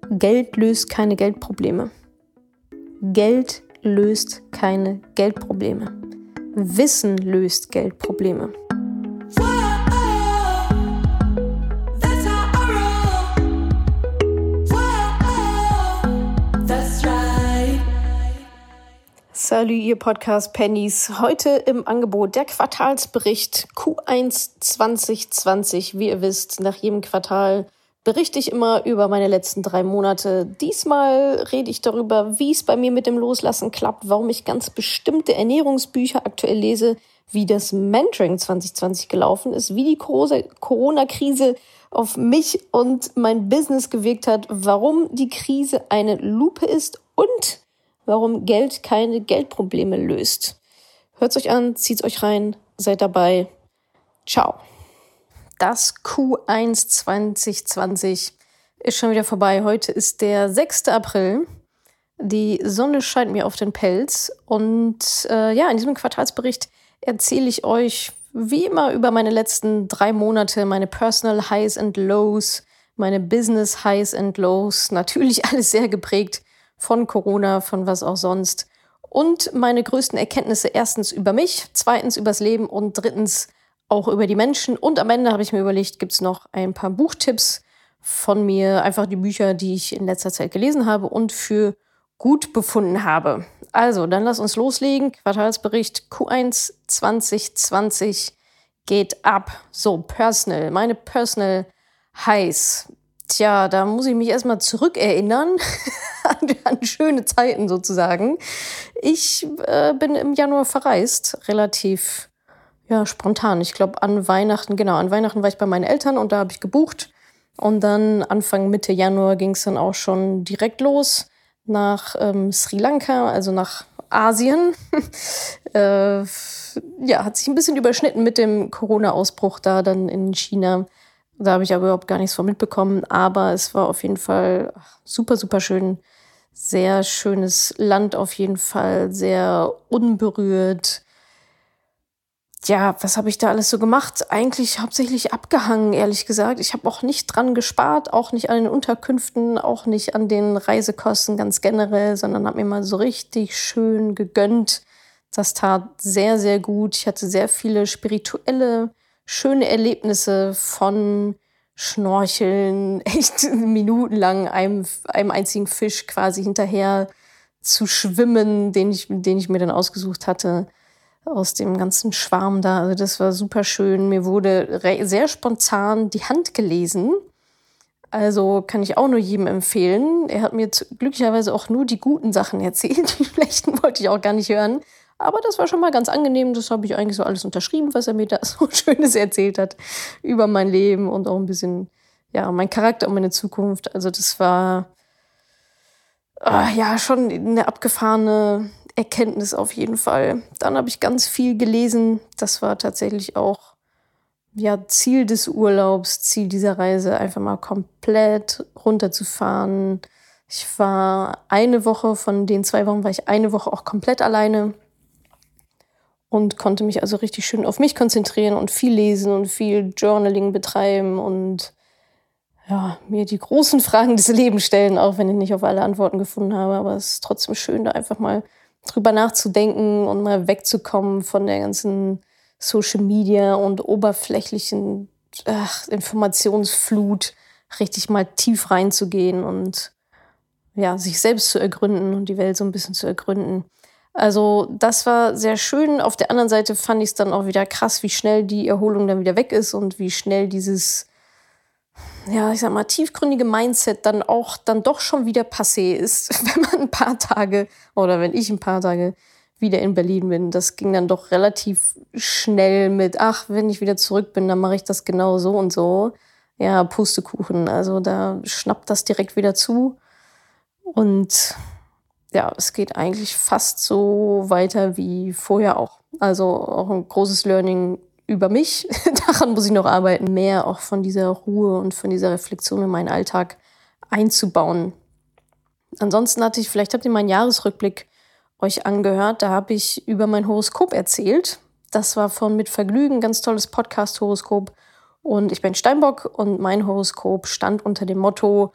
Geld löst keine Geldprobleme. Geld löst keine Geldprobleme. Wissen löst Geldprobleme. Salut, ihr Podcast-Pennies. Heute im Angebot der Quartalsbericht Q1 2020. Wie ihr wisst, nach jedem Quartal berichte ich immer über meine letzten 3 Monate. Diesmal rede ich darüber, wie es bei mir mit dem Loslassen klappt, warum ich ganz bestimmte Ernährungsbücher aktuell lese, wie das Mentoring 2020 gelaufen ist, wie die Corona-Krise auf mich und mein Business gewirkt hat, warum die Krise eine Lupe ist und warum Geld keine Geldprobleme löst. Hört's euch an, zieht's euch rein, seid dabei. Ciao. Das Q1 2020 ist schon wieder vorbei. Heute ist der 6. April. Die Sonne scheint mir auf den Pelz. Und in diesem Quartalsbericht erzähle ich euch wie immer über meine letzten 3 Monate, meine Personal Highs and Lows, meine Business Highs and Lows. Natürlich alles sehr geprägt von Corona, von was auch sonst. Und meine größten Erkenntnisse erstens über mich, zweitens übers Leben und drittens auch über die Menschen. Und am Ende habe ich mir überlegt, gibt es noch ein paar Buchtipps von mir, einfach die Bücher, die ich in letzter Zeit gelesen habe und für gut befunden habe. Also, dann lass uns loslegen. Quartalsbericht Q1 2020 geht ab. So, meine Personal Highs. Tja, da muss ich mich erstmal zurückerinnern an schöne Zeiten sozusagen. Ich bin im Januar verreist, relativ spontan. Ich glaube an Weihnachten war ich bei meinen Eltern und da habe ich gebucht. Und dann Anfang Mitte Januar ging es dann auch schon direkt los nach Sri Lanka, also nach Asien. Hat sich ein bisschen überschnitten mit dem Corona-Ausbruch da dann in China. Da habe ich aber überhaupt gar nichts von mitbekommen. Aber es war auf jeden Fall super, super schön. Sehr schönes Land auf jeden Fall, sehr unberührt. Ja, was habe ich da alles so gemacht? Eigentlich hauptsächlich abgehangen, ehrlich gesagt. Ich habe auch nicht dran gespart, auch nicht an den Unterkünften, auch nicht an den Reisekosten ganz generell, sondern habe mir mal so richtig schön gegönnt. Das tat sehr, sehr gut. Ich hatte sehr viele spirituelle, schöne Erlebnisse von Schnorcheln, echt minutenlang einem einzigen Fisch quasi hinterher zu schwimmen, den ich mir dann ausgesucht hatte. Aus dem ganzen Schwarm da. Also das war super schön. Mir wurde sehr spontan die Hand gelesen. Also kann ich auch nur jedem empfehlen. Er hat mir glücklicherweise auch nur die guten Sachen erzählt. Die schlechten wollte ich auch gar nicht hören. Aber das war schon mal ganz angenehm. Das habe ich eigentlich so alles unterschrieben, was er mir da so Schönes erzählt hat über mein Leben und auch ein bisschen, mein Charakter und meine Zukunft. Also das war schon eine abgefahrene Erkenntnis auf jeden Fall. Dann habe ich ganz viel gelesen. Das war tatsächlich auch Ziel des Urlaubs, Ziel dieser Reise, einfach mal komplett runterzufahren. Ich war eine Woche, von den 2 Wochen war ich eine Woche auch komplett alleine und konnte mich also richtig schön auf mich konzentrieren und viel lesen und viel Journaling betreiben und mir die großen Fragen des Lebens stellen, auch wenn ich nicht auf alle Antworten gefunden habe. Aber es ist trotzdem schön, da einfach mal drüber nachzudenken und mal wegzukommen von der ganzen Social Media und oberflächlichen Informationsflut, richtig mal tief reinzugehen und sich selbst zu ergründen und die Welt so ein bisschen zu ergründen. Also das war sehr schön. Auf der anderen Seite fand ich es dann auch wieder krass, wie schnell die Erholung dann wieder weg ist und wie schnell dieses tiefgründige Mindset dann doch schon wieder passé ist, wenn man ein paar Tage oder wenn ich ein paar Tage wieder in Berlin bin. Das ging dann doch relativ schnell mit, wenn ich wieder zurück bin, dann mache ich das genau so und so. Ja, Pustekuchen. Also da schnappt das direkt wieder zu. Und es geht eigentlich fast so weiter wie vorher auch. Also auch ein großes Learning über mich. Daran muss ich noch arbeiten, mehr auch von dieser Ruhe und von dieser Reflexion in meinen Alltag einzubauen. Ansonsten vielleicht habt ihr meinen Jahresrückblick euch angehört, da habe ich über mein Horoskop erzählt. Das war von Mit Vergnügen, ganz tolles Podcast-Horoskop. Und ich bin Steinbock und mein Horoskop stand unter dem Motto,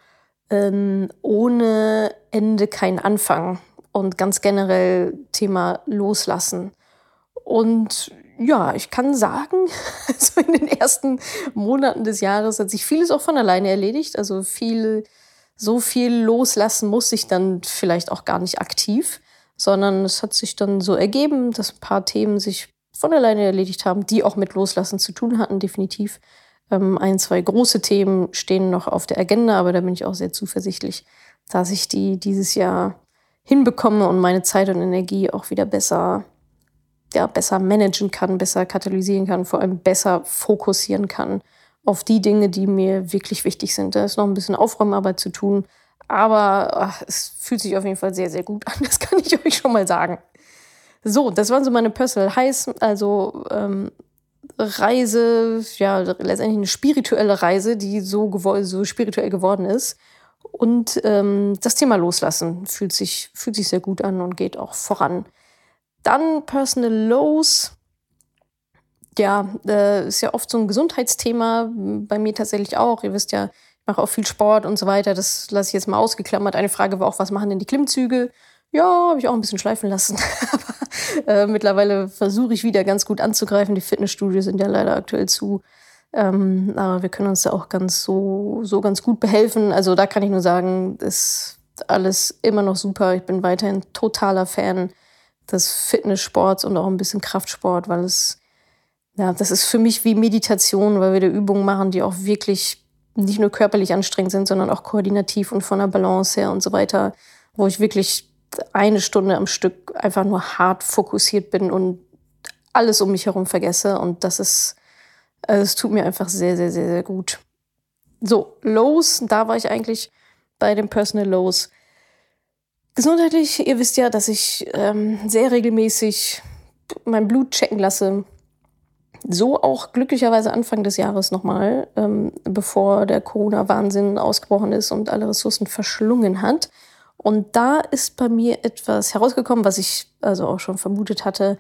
ohne Ende kein Anfang und ganz generell Thema Loslassen. Und ja, ich kann sagen, also in den ersten Monaten des Jahres hat sich vieles auch von alleine erledigt. Also so viel loslassen muss ich dann vielleicht auch gar nicht aktiv, sondern es hat sich dann so ergeben, dass ein paar Themen sich von alleine erledigt haben, die auch mit Loslassen zu tun hatten, definitiv. Ein, zwei große Themen stehen noch auf der Agenda, aber da bin ich auch sehr zuversichtlich, dass ich die dieses Jahr hinbekomme und meine Zeit und Energie auch wieder besser managen kann, besser katalysieren kann, vor allem besser fokussieren kann auf die Dinge, die mir wirklich wichtig sind. Da ist noch ein bisschen Aufräumarbeit zu tun, aber es fühlt sich auf jeden Fall sehr, sehr gut an. Das kann ich euch schon mal sagen. So, das waren so meine Personal Highs, also Reise, ja, letztendlich eine spirituelle Reise, die so spirituell geworden ist. Und das Thema Loslassen fühlt sich sehr gut an und geht auch voran. Dann Personal Lows. Ja, ist ja oft so ein Gesundheitsthema, bei mir tatsächlich auch. Ihr wisst ja, ich mache auch viel Sport und so weiter. Das lasse ich jetzt mal ausgeklammert. Eine Frage war auch, was machen denn die Klimmzüge? Ja, habe ich auch ein bisschen schleifen lassen. Aber mittlerweile versuche ich wieder ganz gut anzugreifen. Die Fitnessstudios sind ja leider aktuell zu. Aber wir können uns da auch ganz gut behelfen. Also da kann ich nur sagen, ist alles immer noch super. Ich bin weiterhin totaler Fan des Fitnesssports und auch ein bisschen Kraftsport, weil das ist für mich wie Meditation, weil wir da Übungen machen, die auch wirklich nicht nur körperlich anstrengend sind, sondern auch koordinativ und von der Balance her und so weiter, wo ich wirklich 1 Stunde am Stück einfach nur hart fokussiert bin und alles um mich herum vergesse. Und es tut mir einfach sehr, sehr, sehr, sehr gut. So, Lows, da war ich eigentlich bei den Personal Lows. Gesundheitlich, ihr wisst ja, dass ich sehr regelmäßig mein Blut checken lasse. So auch glücklicherweise Anfang des Jahres nochmal, bevor der Corona-Wahnsinn ausgebrochen ist und alle Ressourcen verschlungen hat. Und da ist bei mir etwas herausgekommen, was ich also auch schon vermutet hatte.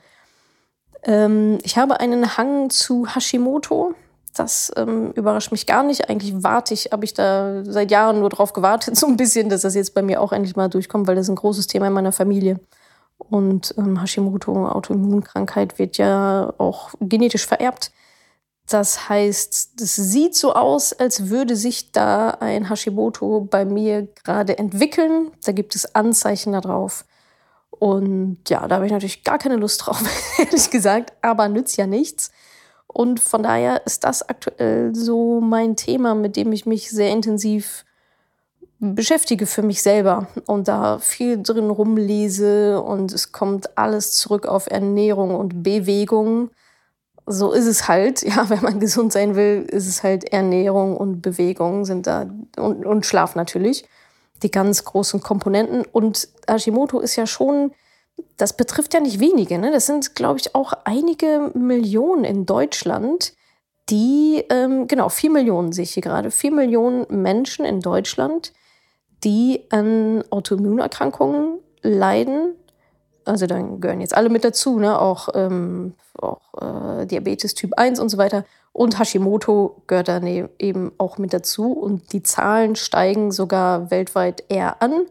Ich habe einen Hang zu Hashimoto. Das überrascht mich gar nicht. Eigentlich habe ich da seit Jahren nur drauf gewartet, so ein bisschen, dass das jetzt bei mir auch endlich mal durchkommt, weil das ist ein großes Thema in meiner Familie. Und Hashimoto, Autoimmunkrankheit, wird ja auch genetisch vererbt. Das heißt, es sieht so aus, als würde sich da ein Hashimoto bei mir gerade entwickeln. Da gibt es Anzeichen darauf. Und ja, da habe ich natürlich gar keine Lust drauf, ehrlich gesagt, aber nützt ja nichts. Und von daher ist das aktuell so mein Thema, mit dem ich mich sehr intensiv beschäftige für mich selber und da viel drin rumlese und es kommt alles zurück auf Ernährung und Bewegung. So ist es halt, ja, wenn man gesund sein will, ist es halt Ernährung und Bewegung sind da und Schlaf natürlich, die ganz großen Komponenten. Und Hashimoto ist ja schon, das betrifft ja nicht wenige, ne? Das sind, glaube ich, auch einige Millionen in Deutschland, die, 4 Millionen sehe ich hier gerade, 4 Millionen Menschen in Deutschland, die an Autoimmunerkrankungen leiden. Also dann gehören jetzt alle mit dazu, ne? Auch Diabetes Typ 1 und so weiter. Und Hashimoto gehört dann eben auch mit dazu. Und die Zahlen steigen sogar weltweit eher an.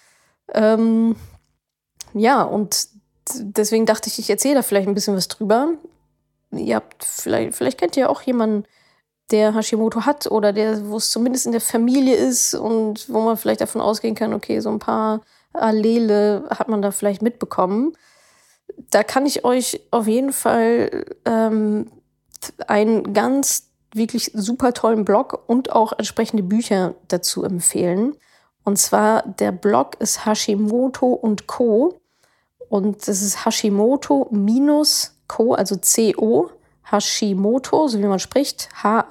Und deswegen dachte ich erzähle da vielleicht ein bisschen was drüber. Vielleicht kennt ihr ja auch jemanden, der Hashimoto hat oder wo es zumindest in der Familie ist und wo man vielleicht davon ausgehen kann, okay, so ein paar Allele hat man da vielleicht mitbekommen. Da kann ich euch auf jeden Fall einen ganz wirklich super tollen Blog und auch entsprechende Bücher dazu empfehlen. Und zwar der Blog ist Hashimoto und Co. Und das ist Hashimoto-Co, also C-O, Hashimoto, so wie man spricht,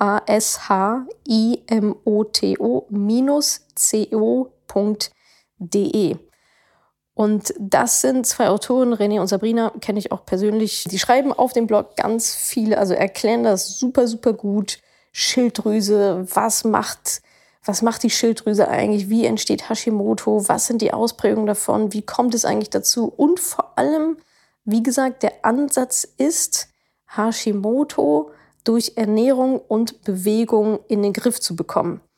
Hashimoto-co.de. Und das sind 2 Autoren, René und Sabrina, kenne ich auch persönlich. Die schreiben auf dem Blog ganz viele, also erklären das super, super gut. Schilddrüse, was macht die Schilddrüse eigentlich? Wie entsteht Hashimoto? Was sind die Ausprägungen davon? Wie kommt es eigentlich dazu? Und vor allem, wie gesagt, der Ansatz ist, Hashimoto durch Ernährung und Bewegung in den Griff zu bekommen.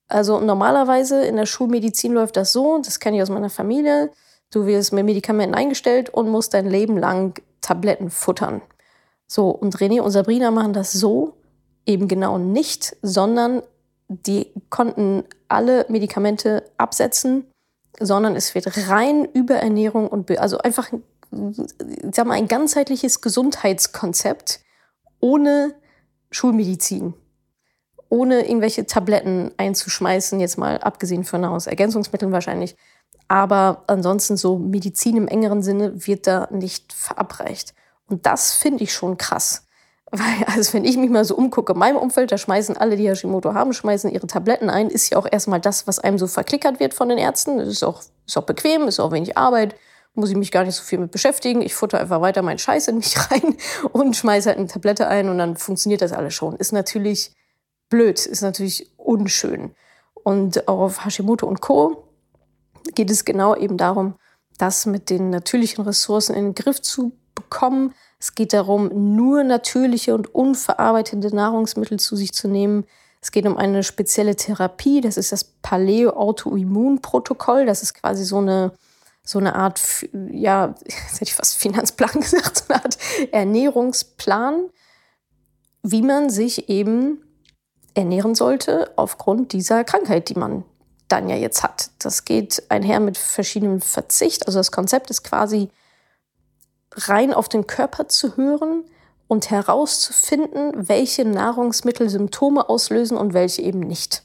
Also normalerweise in der Schulmedizin läuft das so, das kenne ich aus meiner Familie, du wirst mit Medikamenten eingestellt und musst dein Leben lang Tabletten futtern. So, und René und Sabrina machen das so eben genau nicht, sondern die konnten alle Medikamente absetzen, sondern es wird rein über Ernährung und also einfach, ich sag mal, ein ganzheitliches Gesundheitskonzept ohne Schulmedizin, ohne irgendwelche Tabletten einzuschmeißen, jetzt mal abgesehen von Nahrungsergänzungsmitteln wahrscheinlich. Aber ansonsten so Medizin im engeren Sinne wird da nicht verabreicht. Und das finde ich schon krass. Weil, also wenn ich mich mal so umgucke, in meinem Umfeld, da schmeißen alle, die Hashimoto haben, schmeißen ihre Tabletten ein. Ist ja auch erstmal das, was einem so verklickert wird von den Ärzten. Das ist auch bequem, ist auch wenig Arbeit. Muss ich mich gar nicht so viel mit beschäftigen. Ich futter einfach weiter meinen Scheiß in mich rein und schmeiße halt eine Tablette ein und dann funktioniert das alles schon. Ist natürlich blöd, ist natürlich unschön. Und auch auf Hashimoto und Co. geht es genau eben darum, das mit den natürlichen Ressourcen in den Griff zu bekommen. Es geht darum, nur natürliche und unverarbeitete Nahrungsmittel zu sich zu nehmen. Es geht um eine spezielle Therapie, das ist das Paleo-Autoimmun-Protokoll. Das ist quasi so eine Art, ja, jetzt hätte ich fast Finanzplan gesagt, so eine Art Ernährungsplan, wie man sich eben ernähren sollte aufgrund dieser Krankheit, die man dann ja jetzt hat. Das geht einher mit verschiedenem Verzicht. Also das Konzept ist quasi rein auf den Körper zu hören und herauszufinden, welche Nahrungsmittel Symptome auslösen und welche eben nicht.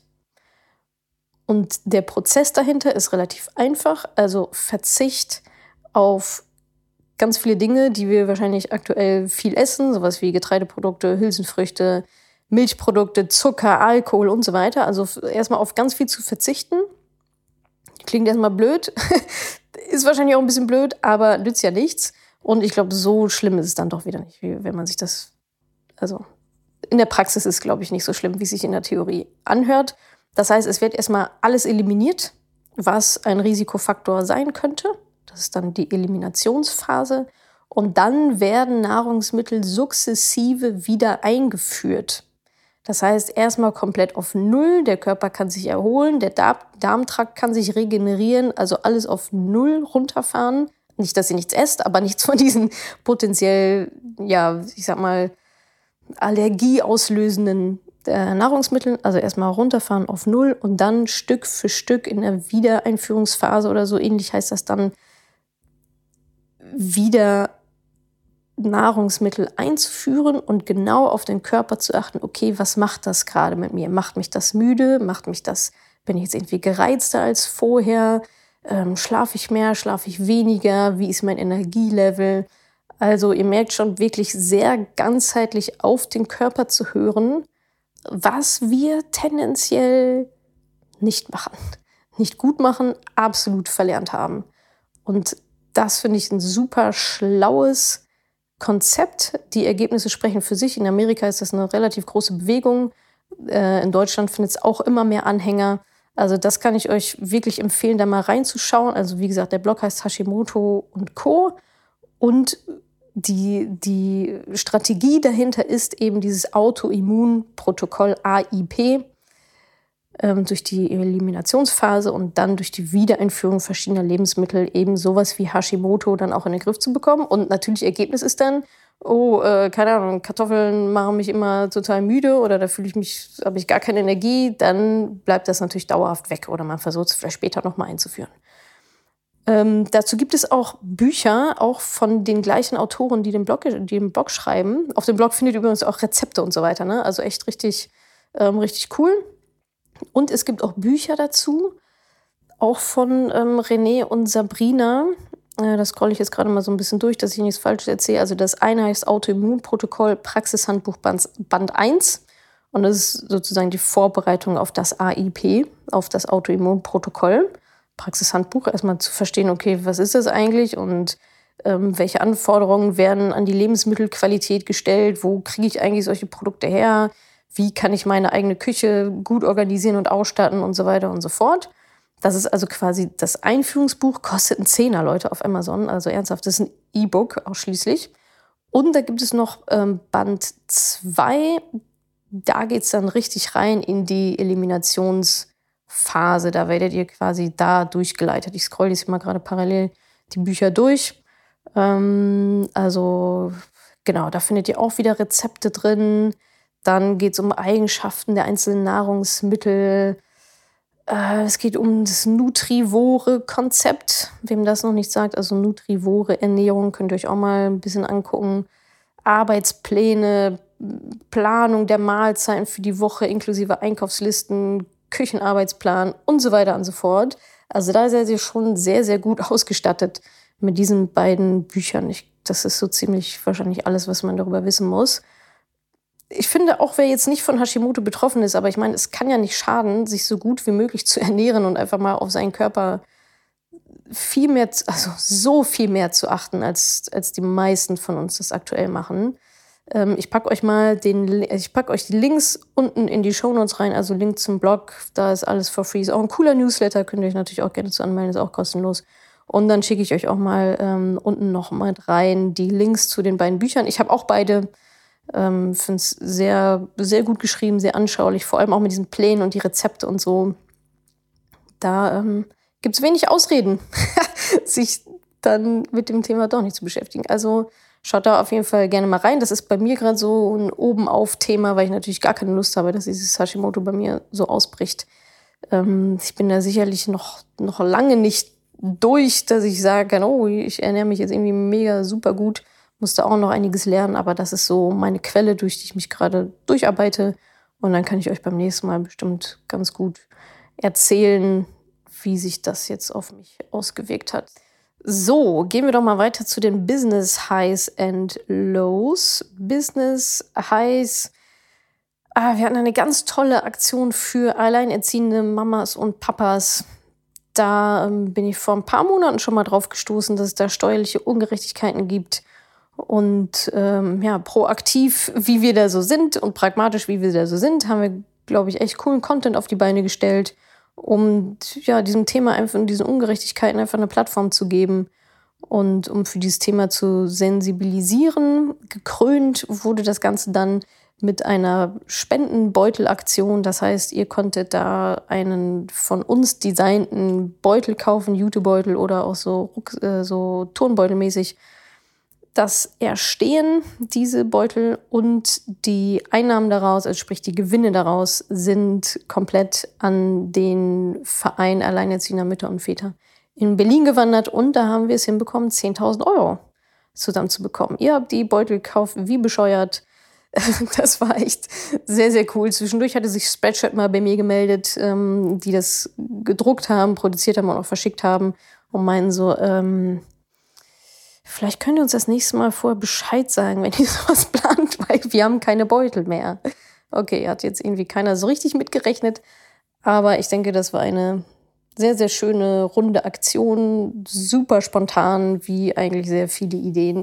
Und der Prozess dahinter ist relativ einfach. Also Verzicht auf ganz viele Dinge, die wir wahrscheinlich aktuell viel essen, sowas wie Getreideprodukte, Hülsenfrüchte, Milchprodukte, Zucker, Alkohol und so weiter. Also erstmal auf ganz viel zu verzichten. Klingt erstmal blöd, ist wahrscheinlich auch ein bisschen blöd, aber nützt ja nichts. Und ich glaube, so schlimm ist es dann doch wieder nicht, wie wenn man sich das, also in der Praxis ist es, glaube ich, nicht so schlimm, wie es sich in der Theorie anhört. Das heißt, es wird erstmal alles eliminiert, was ein Risikofaktor sein könnte. Das ist dann die Eliminationsphase. Und dann werden Nahrungsmittel sukzessive wieder eingeführt. Das heißt, erstmal komplett auf Null, der Körper kann sich erholen, der Darmtrakt kann sich regenerieren, also alles auf Null runterfahren. Nicht, dass ihr nichts esst, aber nichts von diesen potenziell, ja, ich sag mal, allergieauslösenden Nahrungsmitteln. Also erstmal runterfahren auf Null und dann Stück für Stück in der Wiedereinführungsphase oder so ähnlich heißt das dann, wieder Nahrungsmittel einzuführen und genau auf den Körper zu achten, okay, was macht das gerade mit mir? Macht mich das müde? Bin ich jetzt irgendwie gereizter als vorher? Schlafe ich mehr? Schlafe ich weniger? Wie ist mein Energielevel? Also ihr merkt schon wirklich sehr ganzheitlich auf den Körper zu hören, was wir tendenziell nicht machen, nicht gut machen, absolut verlernt haben. Und das finde ich ein super schlaues Konzept. Die Ergebnisse sprechen für sich. In Amerika ist das eine relativ große Bewegung. In Deutschland findet es auch immer mehr Anhänger. Also das kann ich euch wirklich empfehlen, da mal reinzuschauen. Also wie gesagt, der Blog heißt Hashimoto und Co. Und die Strategie dahinter ist eben dieses Autoimmunprotokoll AIP durch die Eliminationsphase und dann durch die Wiedereinführung verschiedener Lebensmittel eben sowas wie Hashimoto dann auch in den Griff zu bekommen. Und natürlich Ergebnis ist dann, keine Ahnung, Kartoffeln machen mich immer total müde oder da habe ich gar keine Energie, dann bleibt das natürlich dauerhaft weg oder man versucht es vielleicht später nochmal einzuführen. Dazu gibt es auch Bücher, auch von den gleichen Autoren, die den Blog schreiben. Auf dem Blog findet ihr übrigens auch Rezepte und so weiter, ne? Also echt richtig cool. Und es gibt auch Bücher dazu, auch von René und Sabrina. Das scrolle ich jetzt gerade mal so ein bisschen durch, dass ich nichts Falsches erzähle. Also das eine heißt Autoimmunprotokoll Praxishandbuch Band 1. Und das ist sozusagen die Vorbereitung auf das AIP, auf das Autoimmunprotokoll. Praxishandbuch, erstmal zu verstehen, okay, was ist das eigentlich und welche Anforderungen werden an die Lebensmittelqualität gestellt, wo kriege ich eigentlich solche Produkte her, wie kann ich meine eigene Küche gut organisieren und ausstatten und so weiter und so fort. Das ist also quasi das Einführungsbuch, kostet einen Zehner, Leute, auf Amazon, also ernsthaft, das ist ein E-Book ausschließlich. Und da gibt es noch Band 2, da geht es dann richtig rein in die Eliminationsphase. Phase. Da werdet ihr quasi da durchgeleitet. Ich scroll jetzt mal gerade parallel die Bücher durch. Also genau, da findet ihr auch wieder Rezepte drin. Dann geht es um Eigenschaften der einzelnen Nahrungsmittel. Es geht um das Nutrivore-Konzept. Wem das noch nicht sagt, also Nutrivore-Ernährung, könnt ihr euch auch mal ein bisschen angucken. Arbeitspläne, Planung der Mahlzeiten für die Woche inklusive Einkaufslisten, Küchenarbeitsplan und so weiter und so fort. Also da seid ihr schon sehr, sehr gut ausgestattet mit diesen beiden Büchern. Das ist so ziemlich wahrscheinlich alles, was man darüber wissen muss. Ich finde, auch wer jetzt nicht von Hashimoto betroffen ist, aber ich meine, es kann ja nicht schaden, sich so gut wie möglich zu ernähren und einfach mal auf seinen Körper viel mehr, also so viel mehr zu achten, als die meisten von uns das aktuell machen. Ich packe euch die Links unten in die Shownotes rein, also Link zum Blog, da ist alles for free. Ist auch ein cooler Newsletter, könnt ihr euch natürlich auch gerne zu anmelden, ist auch kostenlos. Und dann schicke ich euch auch mal unten noch mal rein die Links zu den beiden Büchern. Ich habe auch beide. Finde es sehr, sehr gut geschrieben, sehr anschaulich, vor allem auch mit diesen Plänen und die Rezepte und so. Da gibt es wenig Ausreden, sich dann mit dem Thema doch nicht zu beschäftigen. Also schaut da auf jeden Fall gerne mal rein. Das ist bei mir gerade so ein Oben-auf-Thema, weil ich natürlich gar keine Lust habe, dass dieses Hashimoto bei mir so ausbricht. Ich bin da sicherlich noch lange nicht durch, dass ich sagen kann, oh, ich ernähre mich jetzt irgendwie mega super gut. Musste auch noch einiges lernen, aber das ist so meine Quelle, durch die ich mich gerade durcharbeite. Und dann kann ich euch beim nächsten Mal bestimmt ganz gut erzählen, wie sich das jetzt auf mich ausgewirkt hat. So, gehen wir doch mal weiter zu den Business Highs and Lows. Business Highs. Wir hatten eine ganz tolle Aktion für alleinerziehende Mamas und Papas. Da bin ich vor ein paar Monaten schon mal drauf gestoßen, dass es da steuerliche Ungerechtigkeiten gibt. Und proaktiv, wie wir da so sind und pragmatisch, wie wir da so sind, haben wir, glaube ich, echt coolen Content auf die Beine gestellt, um diesem Thema einfach und diesen Ungerechtigkeiten einfach eine Plattform zu geben und um für dieses Thema zu sensibilisieren. Gekrönt wurde das Ganze dann mit einer Spendenbeutelaktion. Das heißt, ihr konntet da einen von uns designten Beutel kaufen, Jutebeutel oder auch so Turnbeutelmäßig. Das Erstehen, diese Beutel und die Einnahmen daraus, also sprich die Gewinne daraus, sind komplett an den Verein Alleinerziehender Mütter und Väter in Berlin gewandert. Und da haben wir es hinbekommen, 10.000 Euro zusammenzubekommen. Ihr habt die Beutel gekauft, wie bescheuert. Das war echt sehr, sehr cool. Zwischendurch hatte sich Spreadshirt mal bei mir gemeldet, die das gedruckt haben, produziert haben und auch verschickt haben und meinen so, vielleicht könnt ihr uns das nächste Mal vorher Bescheid sagen, wenn ihr sowas plant, weil wir haben keine Beutel mehr. Okay, hat jetzt irgendwie keiner so richtig mitgerechnet. Aber ich denke, das war eine sehr, sehr schöne, runde Aktion. Super spontan, wie eigentlich sehr viele Ideen,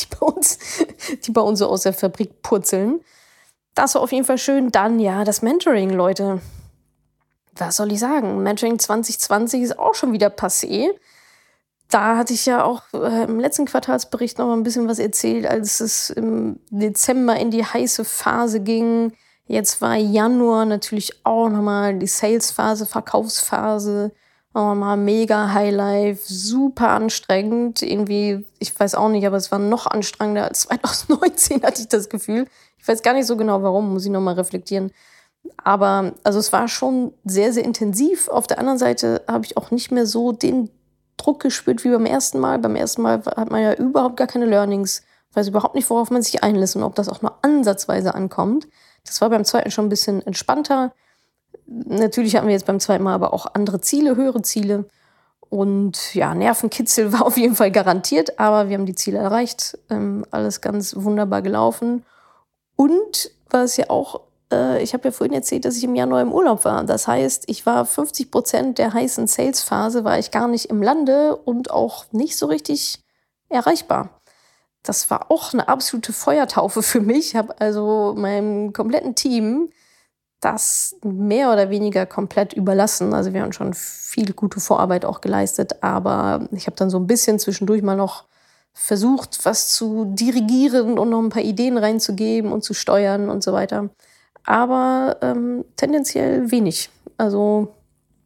die bei uns so aus der Fabrik purzeln. Das war auf jeden Fall schön. Dann, ja, das Mentoring, Leute. Was soll ich sagen? Mentoring 2020 ist auch schon wieder passé. Da hatte ich ja auch im letzten Quartalsbericht noch mal ein bisschen was erzählt, als es im Dezember in die heiße Phase ging. Jetzt war Januar natürlich auch nochmal die Sales-Phase, Verkaufsphase. Nochmal mega Highlife, super anstrengend. Irgendwie, ich weiß auch nicht, aber es war noch anstrengender als 2019, hatte ich das Gefühl. Ich weiß gar nicht so genau, warum, muss ich nochmal reflektieren. Aber also es war schon sehr, sehr intensiv. Auf der anderen Seite habe ich auch nicht mehr so den Druck gespürt wie beim ersten Mal. Beim ersten Mal hat man ja überhaupt gar keine Learnings, weiß überhaupt nicht, worauf man sich einlässt und ob das auch nur ansatzweise ankommt. Das war beim zweiten schon ein bisschen entspannter. Natürlich hatten wir jetzt beim zweiten Mal aber auch andere Ziele, höhere Ziele. Und ja, Nervenkitzel war auf jeden Fall garantiert, aber wir haben die Ziele erreicht. Alles ganz wunderbar gelaufen. Und was ja auch, ich habe ja vorhin erzählt, dass ich im Januar im Urlaub war. Das heißt, ich war 50% der heißen Sales-Phase, war ich gar nicht im Lande und auch nicht so richtig erreichbar. Das war auch eine absolute Feuertaufe für mich. Ich habe also meinem kompletten Team das mehr oder weniger komplett überlassen. Also wir haben schon viel gute Vorarbeit auch geleistet, aber ich habe dann so ein bisschen zwischendurch mal noch versucht, was zu dirigieren und noch ein paar Ideen reinzugeben und zu steuern und so weiter. Aber tendenziell wenig. Also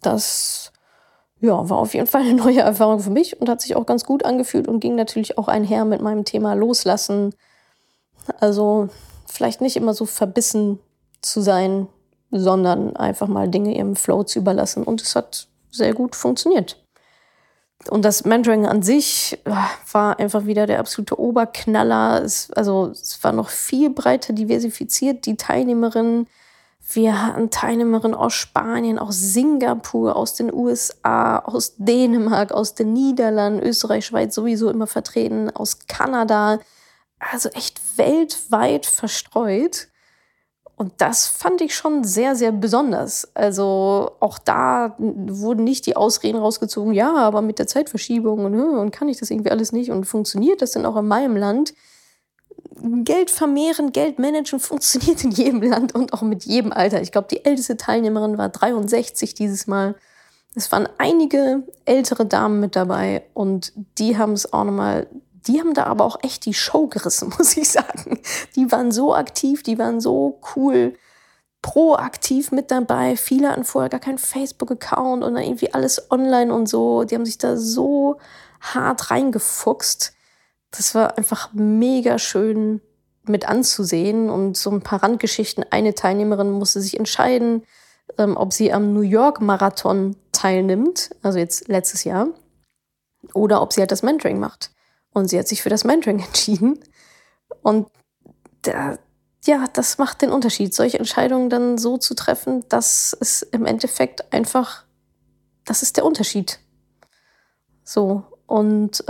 das war auf jeden Fall eine neue Erfahrung für mich und hat sich auch ganz gut angefühlt und ging natürlich auch einher mit meinem Thema Loslassen. Also vielleicht nicht immer so verbissen zu sein, sondern einfach mal Dinge ihrem Flow zu überlassen. Und es hat sehr gut funktioniert. Und das Mentoring an sich war einfach wieder der absolute Oberknaller. Es war noch viel breiter diversifiziert, die Teilnehmerinnen. Wir hatten Teilnehmerinnen aus Spanien, aus Singapur, aus den USA, aus Dänemark, aus den Niederlanden, Österreich, Schweiz sowieso immer vertreten, aus Kanada. Also echt weltweit verstreut. Und das fand ich schon sehr, sehr besonders. Also auch da wurden nicht die Ausreden rausgezogen, ja, aber mit der Zeitverschiebung und kann ich das irgendwie alles nicht und funktioniert das denn auch in meinem Land? Geld vermehren, Geld managen funktioniert in jedem Land und auch mit jedem Alter. Ich glaube, die älteste Teilnehmerin war 63 dieses Mal. Es waren einige ältere Damen mit dabei und die haben da aber auch echt die Show gerissen, muss ich sagen. Die waren so aktiv, die waren so cool, proaktiv mit dabei. Viele hatten vorher gar keinen Facebook-Account und dann irgendwie alles online und so. Die haben sich da so hart reingefuchst. Das war einfach mega schön mit anzusehen und so ein paar Randgeschichten. Eine Teilnehmerin musste sich entscheiden, ob sie am New York Marathon teilnimmt, also jetzt letztes Jahr, oder ob sie halt das Mentoring macht. Und sie hat sich für das Mentoring entschieden. Und das macht den Unterschied, solche Entscheidungen dann so zu treffen, dass es im Endeffekt einfach, das ist der Unterschied. So, und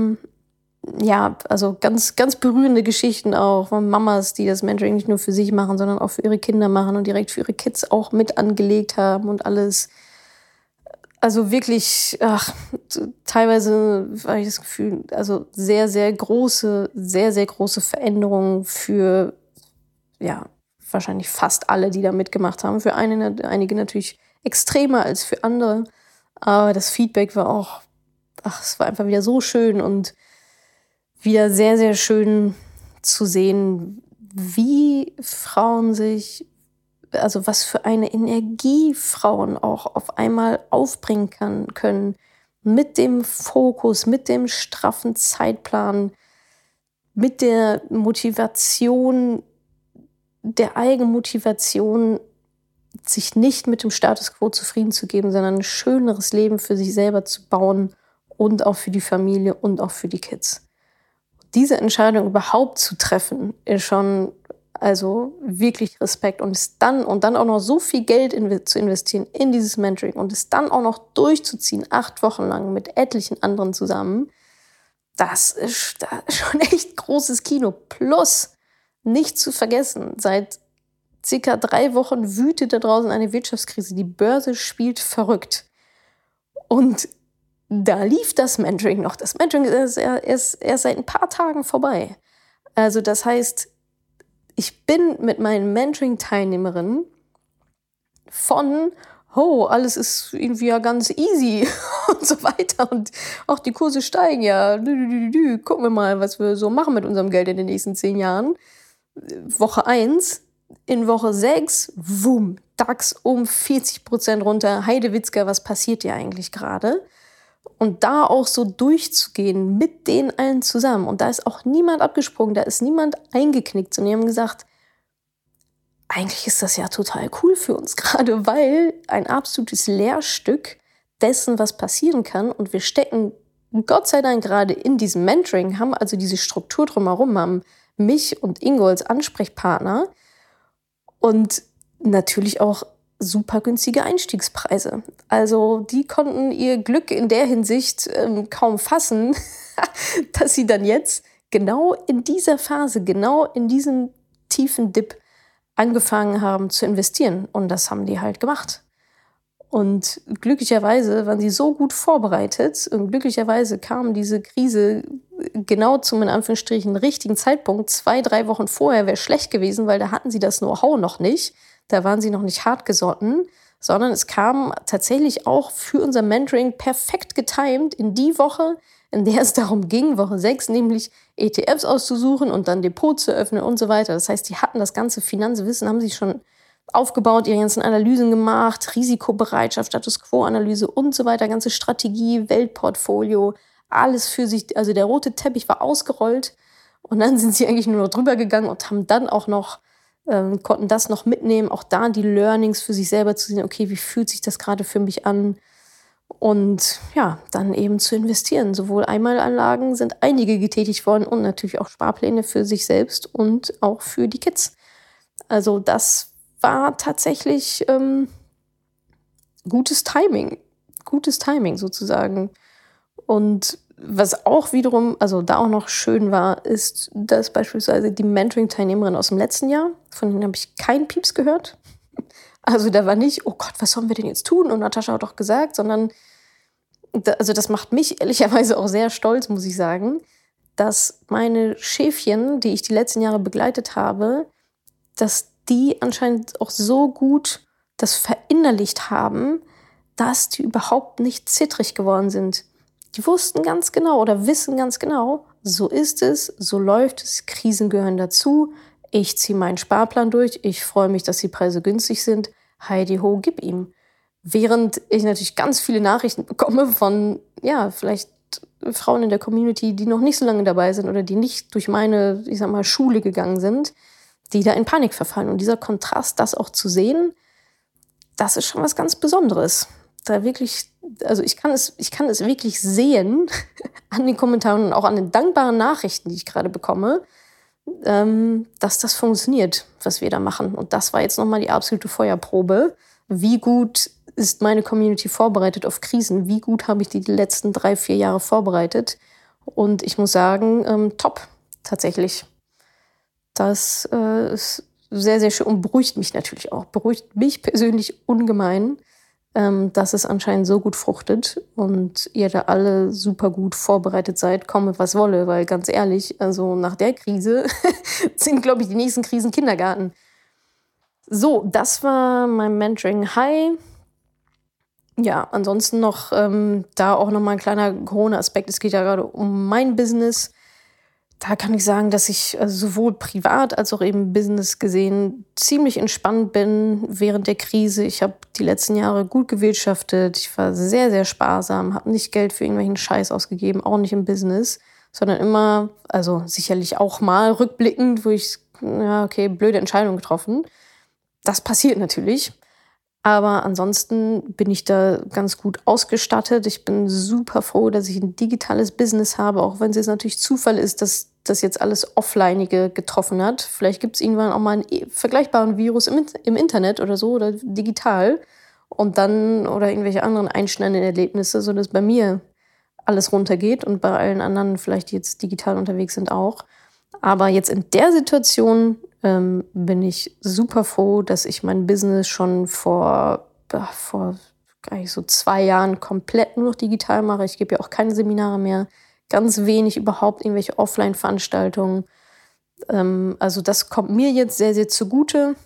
also ganz, ganz berührende Geschichten auch von Mamas, die das Mentoring nicht nur für sich machen, sondern auch für ihre Kinder machen und direkt für ihre Kids auch mit angelegt haben und alles. Also wirklich, teilweise habe ich das Gefühl, also sehr, sehr große Veränderungen für, wahrscheinlich fast alle, die da mitgemacht haben. Für einige natürlich extremer als für andere. Aber das Feedback war auch, es war einfach wieder so schön und wieder sehr, sehr schön zu sehen, wie Frauen sich, also was für eine Energie Frauen auch auf einmal aufbringen können, mit dem Fokus, mit dem straffen Zeitplan, mit der Motivation, der Eigenmotivation, sich nicht mit dem Status quo zufrieden zu geben, sondern ein schöneres Leben für sich selber zu bauen und auch für die Familie und auch für die Kids. Diese Entscheidung überhaupt zu treffen, ist schon wirklich Respekt. Und dann auch noch so viel Geld zu investieren in dieses Mentoring und es dann auch noch durchzuziehen, 8 Wochen lang mit etlichen anderen zusammen, das ist schon echt großes Kino. Plus, nicht zu vergessen, seit circa 3 Wochen wütet da draußen eine Wirtschaftskrise. Die Börse spielt verrückt. Und da lief das Mentoring noch. Das Mentoring ist erst seit ein paar Tagen vorbei. Also das heißt, ich bin mit meinen Mentoring-Teilnehmerinnen von, alles ist irgendwie ja ganz easy und so weiter. Und auch die Kurse steigen ja. Gucken wir mal, was wir so machen mit unserem Geld in den nächsten 10 Jahren. Woche 1, in Woche 6, wumm, DAX um 40% runter. Heidewitzka, was passiert hier eigentlich gerade? Und da auch so durchzugehen mit denen allen zusammen. Und da ist auch niemand abgesprungen, da ist niemand eingeknickt. Und die haben gesagt, eigentlich ist das ja total cool für uns gerade, weil ein absolutes Lehrstück dessen, was passieren kann. Und wir stecken Gott sei Dank gerade in diesem Mentoring, haben also diese Struktur drumherum, haben mich und Ingo als Ansprechpartner und natürlich auch super günstige Einstiegspreise. Also die konnten ihr Glück in der Hinsicht kaum fassen, dass sie dann jetzt genau in dieser Phase, genau in diesem tiefen Dip angefangen haben zu investieren. Und das haben die halt gemacht. Und glücklicherweise waren sie so gut vorbereitet und glücklicherweise kam diese Krise genau zum, in Anführungsstrichen, richtigen Zeitpunkt. 2-3 Wochen vorher wäre schlecht gewesen, weil da hatten sie das Know-how noch nicht. Da waren sie noch nicht hartgesotten, sondern es kam tatsächlich auch für unser Mentoring perfekt getimt in die Woche, in der es darum ging, Woche 6, nämlich ETFs auszusuchen und dann Depot zu öffnen und so weiter. Das heißt, die hatten das ganze Finanzwissen, haben sich schon aufgebaut, ihre ganzen Analysen gemacht, Risikobereitschaft, Status Quo-Analyse und so weiter, ganze Strategie, Weltportfolio, alles für sich. Also der rote Teppich war ausgerollt und dann sind sie eigentlich nur noch drüber gegangen und haben dann auch noch, konnten das noch mitnehmen, auch da die Learnings für sich selber zu sehen, okay, wie fühlt sich das gerade für mich an? Und ja, dann eben zu investieren. Sowohl Einmalanlagen sind einige getätigt worden und natürlich auch Sparpläne für sich selbst und auch für die Kids. Also das war tatsächlich gutes Timing sozusagen. Und was auch wiederum, also da auch noch schön war, ist, dass beispielsweise die Mentoring-Teilnehmerin aus dem letzten Jahr, von denen habe ich keinen Pieps gehört. Also da war nicht, oh Gott, was sollen wir denn jetzt tun? Und Natascha hat doch gesagt, sondern, also das macht mich ehrlicherweise auch sehr stolz, muss ich sagen, dass meine Schäfchen, die ich die letzten Jahre begleitet habe, dass die anscheinend auch so gut das verinnerlicht haben, dass die überhaupt nicht zittrig geworden sind. Die wussten ganz genau oder wissen ganz genau, so ist es, so läuft es, Krisen gehören dazu, ich ziehe meinen Sparplan durch, ich freue mich, dass die Preise günstig sind, Heidi ho, gib ihm. Während ich natürlich ganz viele Nachrichten bekomme von, ja, vielleicht Frauen in der Community, die noch nicht so lange dabei sind oder die nicht durch meine, ich sag mal, Schule gegangen sind, die da in Panik verfallen. Und dieser Kontrast, das auch zu sehen, das ist schon was ganz Besonderes. Da wirklich, also ich kann es wirklich sehen an den Kommentaren und auch an den dankbaren Nachrichten, die ich gerade bekomme, dass das funktioniert, was wir da machen. Und das war jetzt nochmal die absolute Feuerprobe. Wie gut ist meine Community vorbereitet auf Krisen? Wie gut habe ich die letzten 3-4 Jahre vorbereitet? Und ich muss sagen, top, tatsächlich. Das ist sehr, sehr schön und beruhigt mich natürlich auch. Beruhigt mich persönlich ungemein, dass es anscheinend so gut fruchtet und ihr da alle super gut vorbereitet seid, komme was wolle, weil ganz ehrlich, also nach der Krise sind, glaube ich, die nächsten Krisen Kindergarten. So, das war mein Mentoring High. Ja, ansonsten noch da auch nochmal ein kleiner Corona-Aspekt. Es geht ja gerade um mein Business. Da kann ich sagen, dass ich sowohl privat als auch eben Business gesehen ziemlich entspannt bin während der Krise. Ich habe die letzten Jahre gut gewirtschaftet. Ich war sehr, sehr sparsam, habe nicht Geld für irgendwelchen Scheiß ausgegeben, auch nicht im Business, sondern immer, also sicherlich auch mal rückblickend, wo ich, ja, okay, blöde Entscheidung getroffen. Das passiert natürlich. Aber ansonsten bin ich da ganz gut ausgestattet. Ich bin super froh, dass ich ein digitales Business habe, auch wenn es jetzt natürlich Zufall ist, dass das jetzt alles Offlineige getroffen hat. Vielleicht gibt es irgendwann auch mal einen vergleichbaren Virus im Internet oder so oder digital. Und dann oder irgendwelche anderen einschneidenden Erlebnisse, sodass bei mir alles runtergeht und bei allen anderen vielleicht, die jetzt digital unterwegs sind, auch. Aber jetzt in der Situation bin ich super froh, dass ich mein Business schon vor gar nicht so 2 Jahren komplett nur noch digital mache. Ich gebe ja auch keine Seminare mehr, ganz wenig überhaupt irgendwelche Offline-Veranstaltungen. Also das kommt mir jetzt sehr, sehr zugute.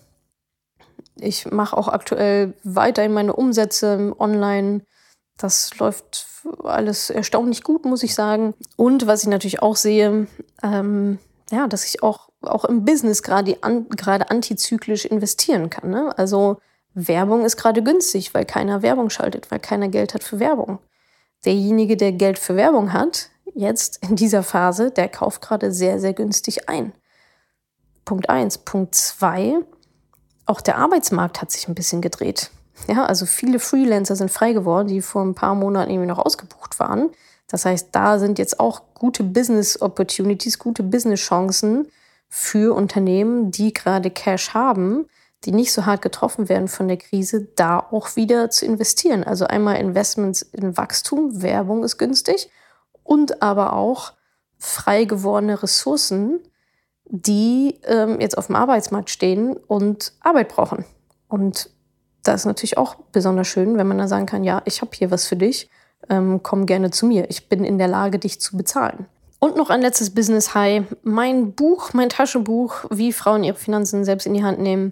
Ich mache auch aktuell weiterhin meine Umsätze online. Das läuft alles erstaunlich gut, muss ich sagen. Und was ich natürlich auch sehe, ja, dass ich auch im Business gerade antizyklisch investieren kann. Ne? Also Werbung ist gerade günstig, weil keiner Werbung schaltet, weil keiner Geld hat für Werbung. Derjenige, der Geld für Werbung hat, jetzt in dieser Phase, der kauft gerade sehr, sehr günstig ein. Punkt 1. Punkt 2, auch der Arbeitsmarkt hat sich ein bisschen gedreht. Ja, also viele Freelancer sind frei geworden, die vor ein paar Monaten irgendwie noch ausgebucht waren. Das heißt, da sind jetzt auch gute Business Opportunities, gute Business Chancen für Unternehmen, die gerade Cash haben, die nicht so hart getroffen werden von der Krise, da auch wieder zu investieren. Also einmal Investments in Wachstum, Werbung ist günstig und aber auch frei gewordene Ressourcen, die jetzt auf dem Arbeitsmarkt stehen und Arbeit brauchen. Und das ist natürlich auch besonders schön, wenn man dann sagen kann, ja, ich habe hier was für dich. Komm gerne zu mir. Ich bin in der Lage, dich zu bezahlen. Und noch ein letztes Business High. Mein Taschenbuch, wie Frauen ihre Finanzen selbst in die Hand nehmen,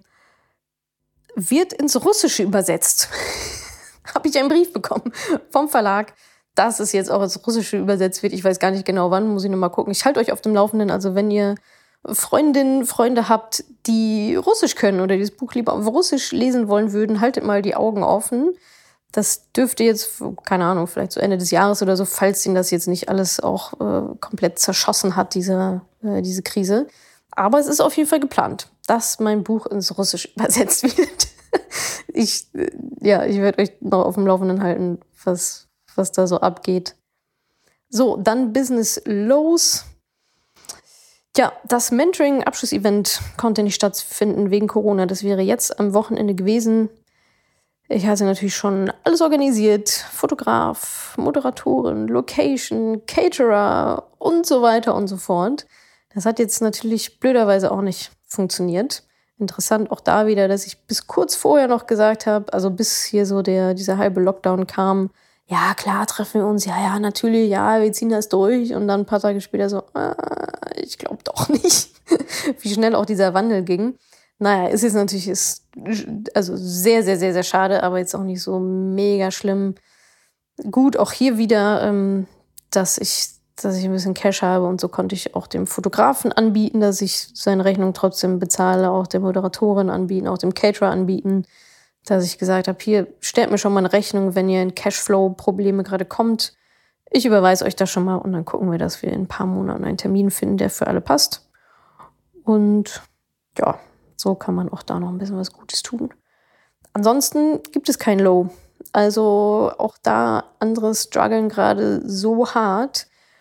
wird ins Russische übersetzt. Habe ich einen Brief bekommen vom Verlag, dass es jetzt auch ins Russische übersetzt wird. Ich weiß gar nicht genau wann, muss ich noch mal gucken. Ich halte euch auf dem Laufenden. Also wenn ihr Freundinnen, Freunde habt, die Russisch können oder dieses Buch lieber auf Russisch lesen wollen würden, haltet mal die Augen offen. Das dürfte jetzt, keine Ahnung, vielleicht so Ende des Jahres oder so, falls ihn das jetzt nicht alles auch komplett zerschossen hat, diese Krise. Aber es ist auf jeden Fall geplant, dass mein Buch ins Russisch übersetzt wird. Ich werde euch noch auf dem Laufenden halten, was da so abgeht. So, dann Business Lows. Ja, das Mentoring-Abschlussevent konnte nicht stattfinden wegen Corona. Das wäre jetzt am Wochenende gewesen. Ich hatte natürlich schon alles organisiert. Fotograf, Moderatorin, Location, Caterer und so weiter und so fort. Das hat jetzt natürlich blöderweise auch nicht funktioniert. Interessant auch da wieder, dass ich bis kurz vorher noch gesagt habe, also bis hier so dieser halbe Lockdown kam, ja klar, treffen wir uns, ja, natürlich, ja, wir ziehen das durch. Und dann ein paar Tage später so, ich glaube doch nicht, wie schnell auch dieser Wandel ging. Naja, ist jetzt natürlich also sehr, sehr, sehr, sehr schade, aber jetzt auch nicht so mega schlimm. Gut, auch hier wieder, dass ich ein bisschen Cash habe und so konnte ich auch dem Fotografen anbieten, dass ich seine Rechnung trotzdem bezahle, auch der Moderatorin anbieten, auch dem Caterer anbieten, dass ich gesagt habe, hier, stellt mir schon mal eine Rechnung, wenn ihr in Cashflow-Probleme gerade kommt. Ich überweise euch das schon mal und dann gucken wir, dass wir in ein paar Monaten einen Termin finden, der für alle passt. Und ja, so kann man auch da noch ein bisschen was Gutes tun. Ansonsten gibt es kein Low. Also auch da andere strugglen gerade so hart.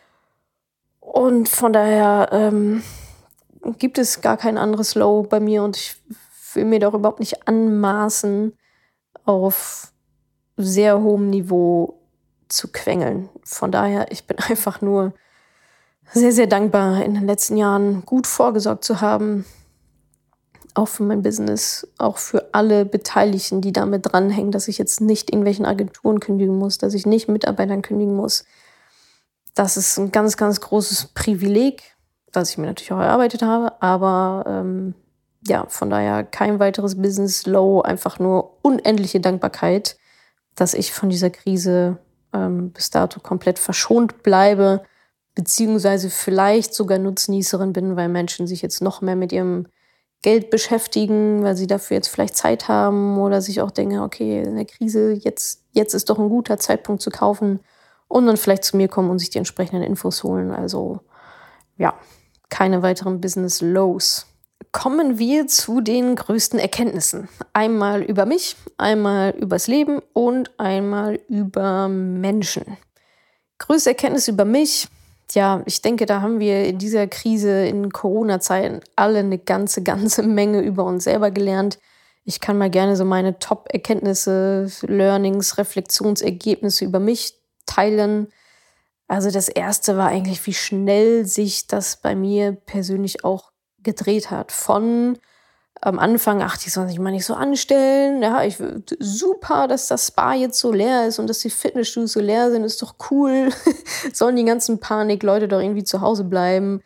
Und von daher gibt es gar kein anderes Low bei mir und ich will mir doch überhaupt nicht anmaßen, auf sehr hohem Niveau zu quengeln. Von daher, ich bin einfach nur sehr, sehr dankbar, in den letzten Jahren gut vorgesorgt zu haben. Auch für mein Business, auch für alle Beteiligten, die damit dranhängen, dass ich jetzt nicht irgendwelchen Agenturen kündigen muss, dass ich nicht Mitarbeitern kündigen muss. Das ist ein ganz, ganz großes Privileg, das ich mir natürlich auch erarbeitet habe. Aber von daher kein weiteres Business Low, einfach nur unendliche Dankbarkeit, dass ich von dieser Krise bis dato komplett verschont bleibe, beziehungsweise vielleicht sogar Nutznießerin bin, weil Menschen sich jetzt noch mehr mit ihrem Geld beschäftigen, weil sie dafür jetzt vielleicht Zeit haben oder sich auch denken, okay, in der Krise, jetzt ist doch ein guter Zeitpunkt zu kaufen und dann vielleicht zu mir kommen und sich die entsprechenden Infos holen. Also ja, keine weiteren Business Lows. Kommen wir zu den größten Erkenntnissen. Einmal über mich, einmal übers Leben und einmal über Menschen. Größte Erkenntnis über mich. Ja, ich denke, da haben wir in dieser Krise, in Corona-Zeiten, alle eine ganze Menge über uns selber gelernt. Ich kann mal gerne so meine Top-Erkenntnisse, Learnings, Reflexionsergebnisse über mich teilen. Also das erste war eigentlich, wie schnell sich das bei mir persönlich auch gedreht hat. Von am Anfang, die sollen sich mal nicht so anstellen. Ja, super, dass das Spa jetzt so leer ist und dass die Fitnessstudios so leer sind, ist doch cool. Sollen die ganzen Panikleute doch irgendwie zu Hause bleiben.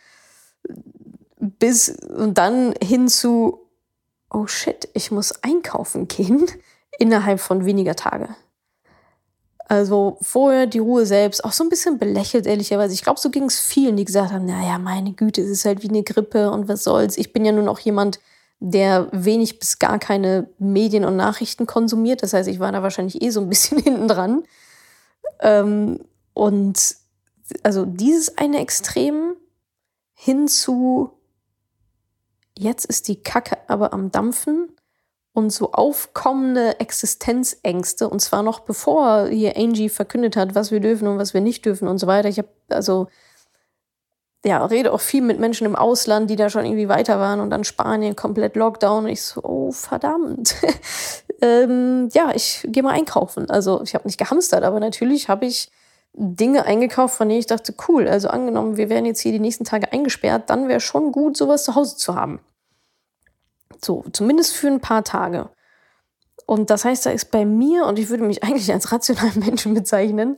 Und dann hin zu, oh shit, ich muss einkaufen gehen innerhalb von weniger Tage. Also vorher die Ruhe selbst, auch so ein bisschen belächelt, ehrlicherweise. Ich glaube, so ging es vielen, die gesagt haben, naja, meine Güte, es ist halt wie eine Grippe und was soll's. Ich bin ja nun auch jemand, der wenig bis gar keine Medien und Nachrichten konsumiert. Das heißt, ich war da wahrscheinlich so ein bisschen hinten dran. Und also dieses eine Extrem hin zu, jetzt ist die Kacke aber am Dampfen und so aufkommende Existenzängste. Und zwar noch bevor hier Angie verkündet hat, was wir dürfen und was wir nicht dürfen und so weiter. Ich habe rede auch viel mit Menschen im Ausland, die da schon irgendwie weiter waren und dann Spanien komplett Lockdown. Und ich so, oh verdammt. Ich gehe mal einkaufen. Also ich habe nicht gehamstert, aber natürlich habe ich Dinge eingekauft, von denen ich dachte, cool, also angenommen, wir wären jetzt hier die nächsten Tage eingesperrt, dann wäre schon gut, sowas zu Hause zu haben. So, zumindest für ein paar Tage. Und das heißt, da ist bei mir, und ich würde mich eigentlich als rationalen Menschen bezeichnen,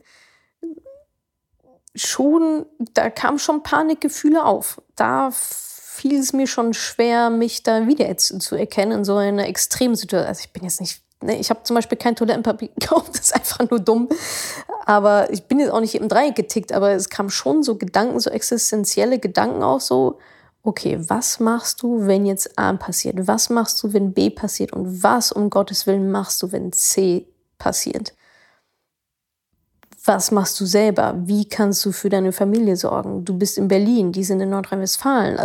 da kamen schon Panikgefühle auf. Da fiel es mir schon schwer, mich da wieder zu erkennen in so einer Extremsituation. Also ich bin jetzt nicht, ich habe zum Beispiel kein Toilettenpapier gekauft, das ist einfach nur dumm. Aber ich bin jetzt auch nicht im Dreieck getickt, aber es kamen schon so Gedanken, so existenzielle Gedanken auch so, okay, was machst du, wenn jetzt A passiert? Was machst du, wenn B passiert? Und was um Gottes Willen machst du, wenn C passiert? Was machst du selber? Wie kannst du für deine Familie sorgen? Du bist in Berlin, die sind in Nordrhein-Westfalen.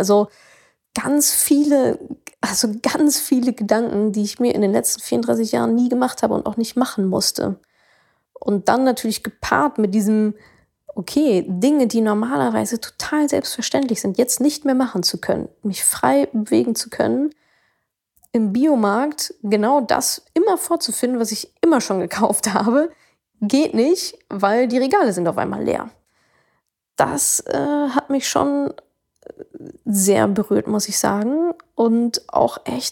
Ganz viele Gedanken, die ich mir in den letzten 34 Jahren nie gemacht habe und auch nicht machen musste. Und dann natürlich gepaart mit diesem, okay, Dinge, die normalerweise total selbstverständlich sind, jetzt nicht mehr machen zu können, mich frei bewegen zu können, im Biomarkt genau das immer vorzufinden, was ich immer schon gekauft habe, geht nicht, weil die Regale sind auf einmal leer. Das hat mich schon sehr berührt, muss ich sagen. Und auch echt,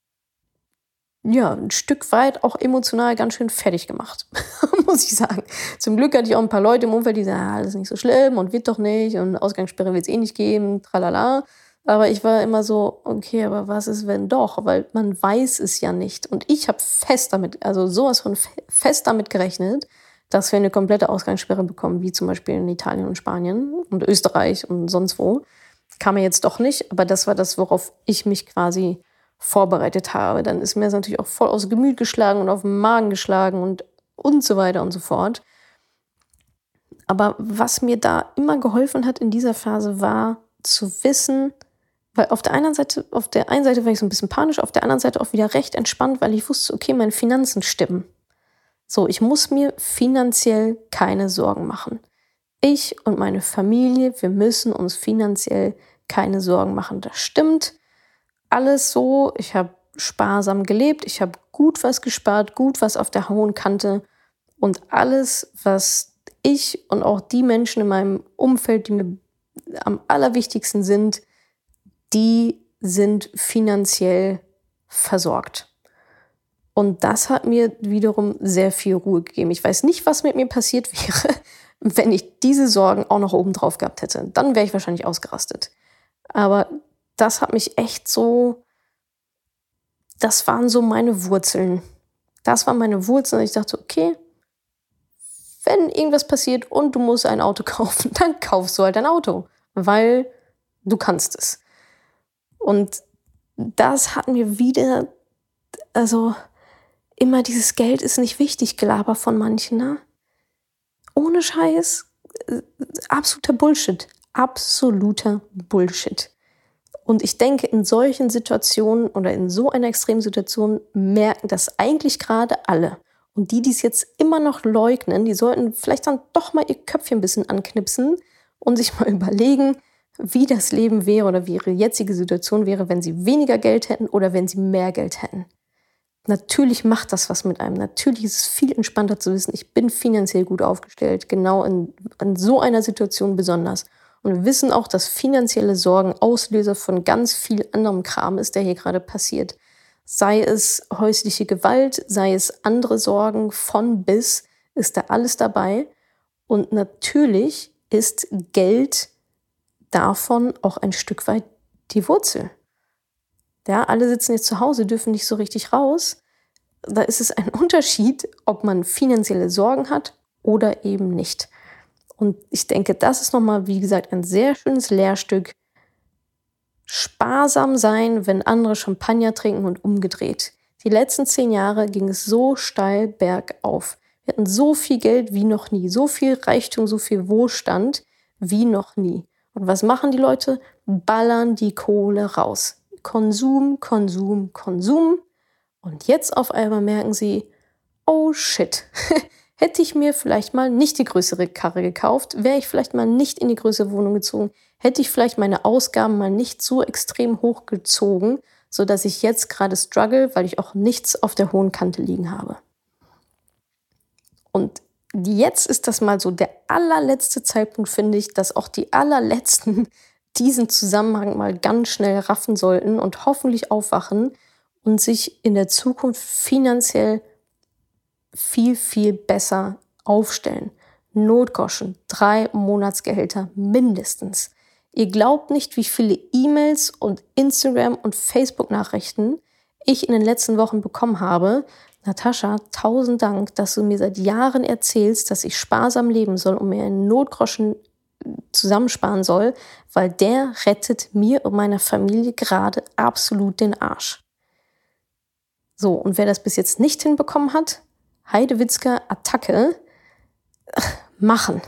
ja, ein Stück weit auch emotional ganz schön fertig gemacht, muss ich sagen. Zum Glück hatte ich auch ein paar Leute im Umfeld, die sagen, das ist nicht so schlimm und wird doch nicht und Ausgangssperre wird es eh nicht geben, tralala. Aber ich war immer so, okay, aber was ist, wenn doch? Weil man weiß es ja nicht. Und ich habe sowas von fest damit gerechnet, dass wir eine komplette Ausgangssperre bekommen, wie zum Beispiel in Italien und Spanien und Österreich und sonst wo. Kam mir jetzt doch nicht, aber das war das, worauf ich mich quasi vorbereitet habe. Dann ist mir das natürlich auch voll aus Gemüt geschlagen und auf den Magen geschlagen und so weiter und so fort. Aber was mir da immer geholfen hat in dieser Phase, war zu wissen, weil auf der einen Seite war ich so ein bisschen panisch, auf der anderen Seite auch wieder recht entspannt, weil ich wusste, okay, meine Finanzen stimmen. So, ich muss mir finanziell keine Sorgen machen. Ich und meine Familie, wir müssen uns finanziell keine Sorgen machen. Das stimmt. Alles so. Ich habe sparsam gelebt. Ich habe gut was gespart, gut was auf der hohen Kante. Und alles, was ich und auch die Menschen in meinem Umfeld, die mir am allerwichtigsten sind, die sind finanziell versorgt. Und das hat mir wiederum sehr viel Ruhe gegeben. Ich weiß nicht, was mit mir passiert wäre, wenn ich diese Sorgen auch noch oben drauf gehabt hätte. Dann wäre ich wahrscheinlich ausgerastet. Aber das hat mich echt so, das waren so meine Wurzeln. Das waren meine Wurzeln. Und ich dachte, okay, wenn irgendwas passiert und du musst ein Auto kaufen, dann kaufst du halt ein Auto, weil du kannst es. Und das hat mir wieder, immer dieses Geld ist nicht wichtig Gelaber von manchen, ne? Ohne Scheiß, absoluter Bullshit. Absoluter Bullshit. Und ich denke, in solchen Situationen oder in so einer Extremsituation merken das eigentlich gerade alle. Und die es jetzt immer noch leugnen, die sollten vielleicht dann doch mal ihr Köpfchen ein bisschen anknipsen und sich mal überlegen, wie das Leben wäre oder wie ihre jetzige Situation wäre, wenn sie weniger Geld hätten oder wenn sie mehr Geld hätten. Natürlich macht das was mit einem. Natürlich ist es viel entspannter zu wissen, ich bin finanziell gut aufgestellt, genau in so einer Situation besonders. Und wir wissen auch, dass finanzielle Sorgen Auslöser von ganz viel anderem Kram ist, der hier gerade passiert. Sei es häusliche Gewalt, sei es andere Sorgen, von bis, ist da alles dabei. Und natürlich ist Geld davon auch ein Stück weit die Wurzel. Ja, alle sitzen jetzt zu Hause, dürfen nicht so richtig raus. Da ist es ein Unterschied, ob man finanzielle Sorgen hat oder eben nicht. Und ich denke, das ist nochmal, wie gesagt, ein sehr schönes Lehrstück. Sparsam sein, wenn andere Champagner trinken und umgedreht. Die letzten 10 Jahre ging es so steil bergauf. Wir hatten so viel Geld wie noch nie, so viel Reichtum, so viel Wohlstand wie noch nie. Und was machen die Leute? Ballern die Kohle raus. Konsum, Konsum, Konsum. Und jetzt auf einmal merken sie, oh shit, hätte ich mir vielleicht mal nicht die größere Karre gekauft, wäre ich vielleicht mal nicht in die größere Wohnung gezogen, hätte ich vielleicht meine Ausgaben mal nicht so extrem hochgezogen, sodass ich jetzt gerade struggle, weil ich auch nichts auf der hohen Kante liegen habe. Und jetzt ist das mal so der allerletzte Zeitpunkt, finde ich, dass auch die allerletzten diesen Zusammenhang mal ganz schnell raffen sollten und hoffentlich aufwachen und sich in der Zukunft finanziell viel, viel besser aufstellen. Notgroschen, 3 Monatsgehälter mindestens. Ihr glaubt nicht, wie viele E-Mails und Instagram- und Facebook-Nachrichten ich in den letzten Wochen bekommen habe. Natascha, 1000 Dank, dass du mir seit Jahren erzählst, dass ich sparsam leben soll und mir einen Notgroschen zusammensparen soll, weil der rettet mir und meiner Familie gerade absolut den Arsch. So, und wer das bis jetzt nicht hinbekommen hat, Heidewitzka Attacke, machen.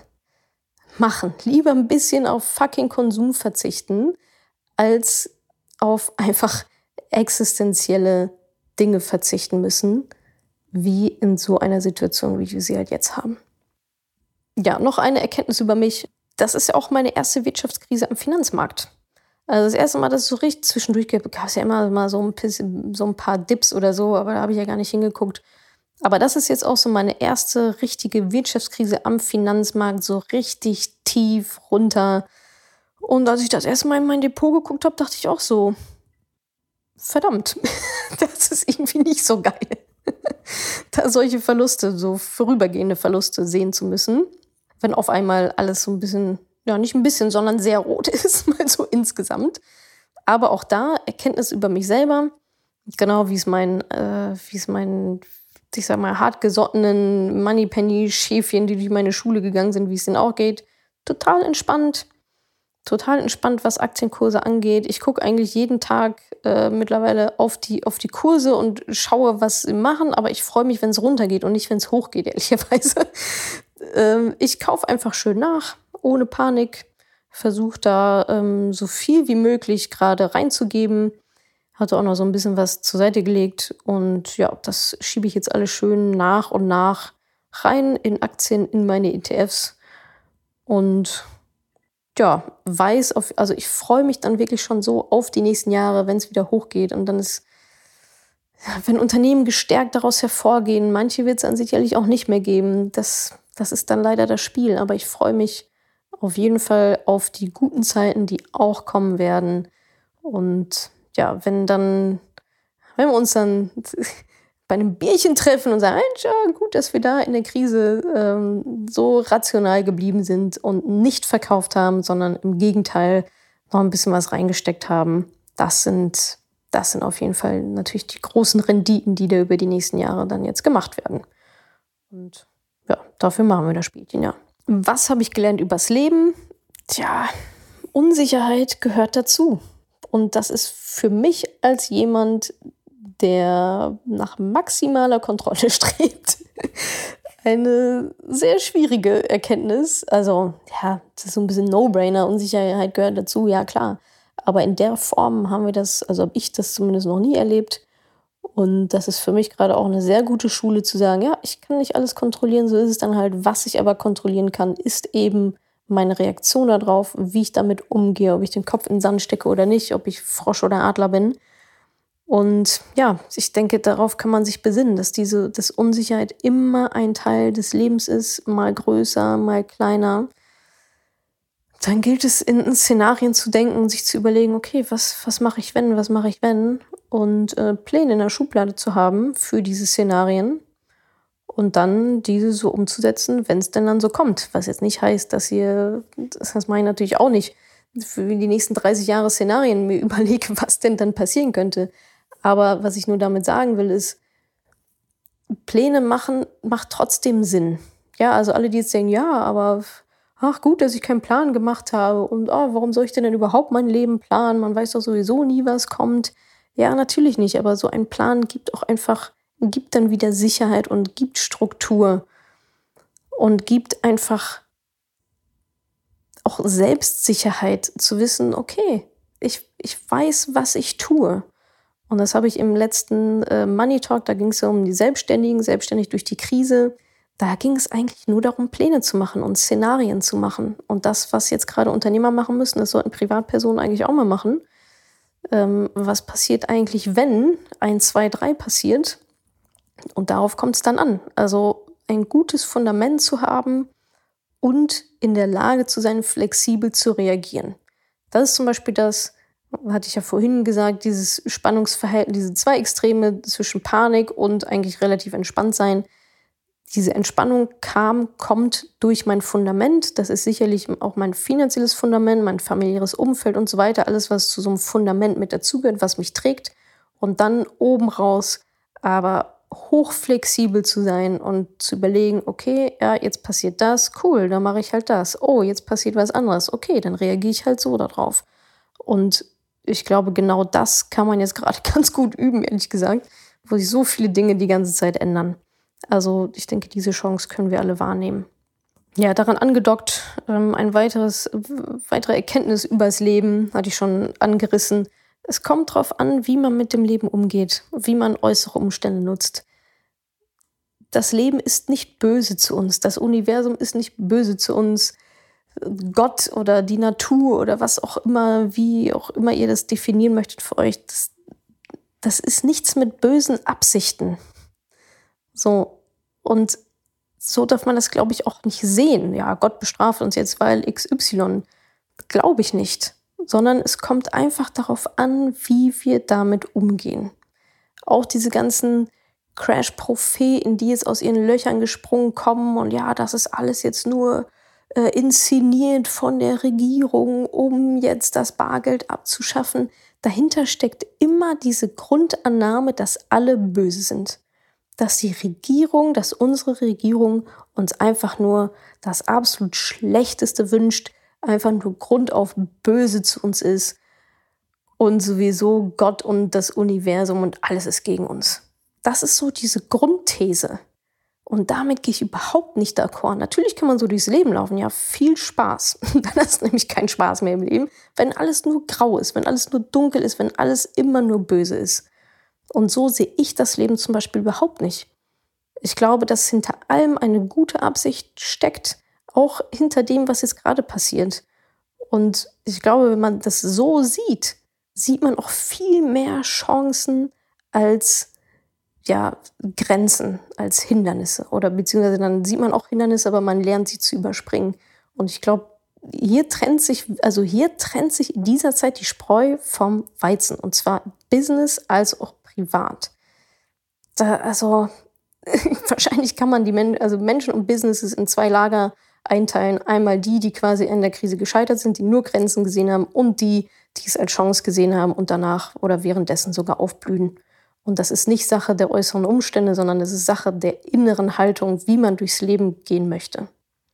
Lieber ein bisschen auf fucking Konsum verzichten, als auf einfach existenzielle Dinge verzichten müssen, wie in so einer Situation, wie wir sie halt jetzt haben. Ja, noch eine Erkenntnis über mich. Das ist ja auch meine erste Wirtschaftskrise am Finanzmarkt. Also das erste Mal, dass es so richtig zwischendurch gab es ja immer mal so ein paar Dips oder so, aber da habe ich ja gar nicht hingeguckt. Aber das ist jetzt auch so meine erste richtige Wirtschaftskrise am Finanzmarkt, so richtig tief runter. Und als ich das erste Mal in mein Depot geguckt habe, dachte ich auch so, verdammt, das ist irgendwie nicht so geil, da solche Verluste, so vorübergehende Verluste sehen zu müssen, wenn auf einmal alles so ein bisschen, ja nicht ein bisschen, sondern sehr rot ist, mal so insgesamt. Aber auch da Erkenntnis über mich selber, genau wie es meinen, ich sag mal, hartgesottenen Moneypenny-Schäfchen, die durch meine Schule gegangen sind, wie es denen auch geht, total entspannt, was Aktienkurse angeht. Ich gucke eigentlich jeden Tag mittlerweile auf die Kurse und schaue, was sie machen, aber ich freue mich, wenn es runtergeht und nicht, wenn es hochgeht, ehrlicherweise. Ich kaufe einfach schön nach, ohne Panik, versuche da so viel wie möglich gerade reinzugeben. Hatte auch noch so ein bisschen was zur Seite gelegt und ja, das schiebe ich jetzt alles schön nach und nach rein in Aktien, in meine ETFs und ja, also ich freue mich dann wirklich schon so auf die nächsten Jahre, wenn es wieder hochgeht und dann ist, wenn Unternehmen gestärkt daraus hervorgehen, manche wird es dann sicherlich auch nicht mehr geben, das ist dann leider das Spiel, aber ich freue mich auf jeden Fall auf die guten Zeiten, die auch kommen werden und ja, wenn wir uns dann bei einem Bierchen treffen und sagen, Mensch, ja, gut, dass wir da in der Krise so rational geblieben sind und nicht verkauft haben, sondern im Gegenteil noch ein bisschen was reingesteckt haben. Das sind auf jeden Fall natürlich die großen Renditen, die da über die nächsten Jahre dann jetzt gemacht werden. Und ja, dafür machen wir das Spielchen, ja. Was habe ich gelernt übers Leben? Tja, Unsicherheit gehört dazu. Und das ist für mich als jemand, der nach maximaler Kontrolle strebt, eine sehr schwierige Erkenntnis. Also, ja, das ist so ein bisschen No-Brainer. Unsicherheit gehört dazu, ja klar. Aber in der Form habe ich das zumindest noch nie erlebt. Und das ist für mich gerade auch eine sehr gute Schule zu sagen, ja, ich kann nicht alles kontrollieren, so ist es dann halt. Was ich aber kontrollieren kann, ist eben meine Reaktion darauf, wie ich damit umgehe, ob ich den Kopf in den Sand stecke oder nicht, ob ich Frosch oder Adler bin. Und ja, ich denke, darauf kann man sich besinnen, dass Unsicherheit immer ein Teil des Lebens ist, mal größer, mal kleiner. Dann gilt es, in Szenarien zu denken und sich zu überlegen, okay, was mache ich, wenn? Und Pläne in der Schublade zu haben für diese Szenarien und dann diese so umzusetzen, wenn es denn dann so kommt. Was jetzt nicht heißt, das mache ich natürlich auch nicht, für die nächsten 30 Jahre Szenarien mir überlege, was denn dann passieren könnte. Aber was ich nur damit sagen will, ist, Pläne machen macht trotzdem Sinn. Ja, also alle, die jetzt denken, ja, aber ach gut, dass ich keinen Plan gemacht habe und warum soll ich denn überhaupt mein Leben planen? Man weiß doch sowieso nie, was kommt. Ja, natürlich nicht, aber so ein Plan gibt dann wieder Sicherheit und gibt Struktur und gibt einfach auch Selbstsicherheit zu wissen, okay, ich weiß, was ich tue. Und das habe ich im letzten Money Talk, da ging es ja um die Selbstständigen, selbstständig durch die Krise. Da ging es eigentlich nur darum, Pläne zu machen und Szenarien zu machen. Und das, was jetzt gerade Unternehmer machen müssen, das sollten Privatpersonen eigentlich auch mal machen. Was passiert eigentlich, wenn 1, 2, 3 passiert? Und darauf kommt es dann an. Also ein gutes Fundament zu haben und in der Lage zu sein, flexibel zu reagieren. Das ist zum Beispiel das, hatte ich ja vorhin gesagt, dieses Spannungsverhältnis, diese 2 Extreme zwischen Panik und eigentlich relativ entspannt sein. Diese Entspannung kommt durch mein Fundament. Das ist sicherlich auch mein finanzielles Fundament, mein familiäres Umfeld und so weiter. Alles, was zu so einem Fundament mit dazugehört, was mich trägt. Und dann oben raus aber hochflexibel zu sein und zu überlegen, okay, ja, jetzt passiert das, cool, dann mache ich halt das. Oh, jetzt passiert was anderes, okay, dann reagiere ich halt so darauf. Und ich glaube, genau das kann man jetzt gerade ganz gut üben, ehrlich gesagt, wo sich so viele Dinge die ganze Zeit ändern. Also ich denke, diese Chance können wir alle wahrnehmen. Ja, daran angedockt, weitere Erkenntnis übers Leben, hatte ich schon angerissen. Es kommt darauf an, wie man mit dem Leben umgeht, wie man äußere Umstände nutzt. Das Leben ist nicht böse zu uns, das Universum ist nicht böse zu uns. Gott oder die Natur oder was auch immer, wie auch immer ihr das definieren möchtet für euch, das ist nichts mit bösen Absichten. So, und so darf man das, glaube ich, auch nicht sehen. Ja, Gott bestraft uns jetzt, weil XY. Glaube ich nicht. Sondern es kommt einfach darauf an, wie wir damit umgehen. Auch diese ganzen Crash-Propheten, die jetzt aus ihren Löchern gesprungen kommen und ja, das ist alles jetzt nur inszeniert von der Regierung, um jetzt das Bargeld abzuschaffen. Dahinter steckt immer diese Grundannahme, dass alle böse sind. Dass unsere Regierung uns einfach nur das absolut Schlechteste wünscht, einfach nur grundauf böse zu uns ist und sowieso Gott und das Universum und alles ist gegen uns. Das ist so diese Grundthese. Und damit gehe ich überhaupt nicht d'accord. Natürlich kann man so durchs Leben laufen, ja, viel Spaß. Dann ist nämlich kein Spaß mehr im Leben, wenn alles nur grau ist, wenn alles nur dunkel ist, wenn alles immer nur böse ist. Und so sehe ich das Leben zum Beispiel überhaupt nicht. Ich glaube, dass hinter allem eine gute Absicht steckt, auch hinter dem, was jetzt gerade passiert. Und ich glaube, wenn man das so sieht, sieht man auch viel mehr Chancen als Grenzen, als Hindernisse. Oder beziehungsweise dann sieht man auch Hindernisse, aber man lernt sie zu überspringen. Und ich glaube, hier trennt sich in dieser Zeit die Spreu vom Weizen. Und zwar Business als auch privat. Wahrscheinlich kann man Menschen und Businesses in zwei Lager einteilen. Einmal die quasi in der Krise gescheitert sind, die nur Grenzen gesehen haben und die es als Chance gesehen haben und danach oder währenddessen sogar aufblühen. Und das ist nicht Sache der äußeren Umstände, sondern es ist Sache der inneren Haltung, wie man durchs Leben gehen möchte.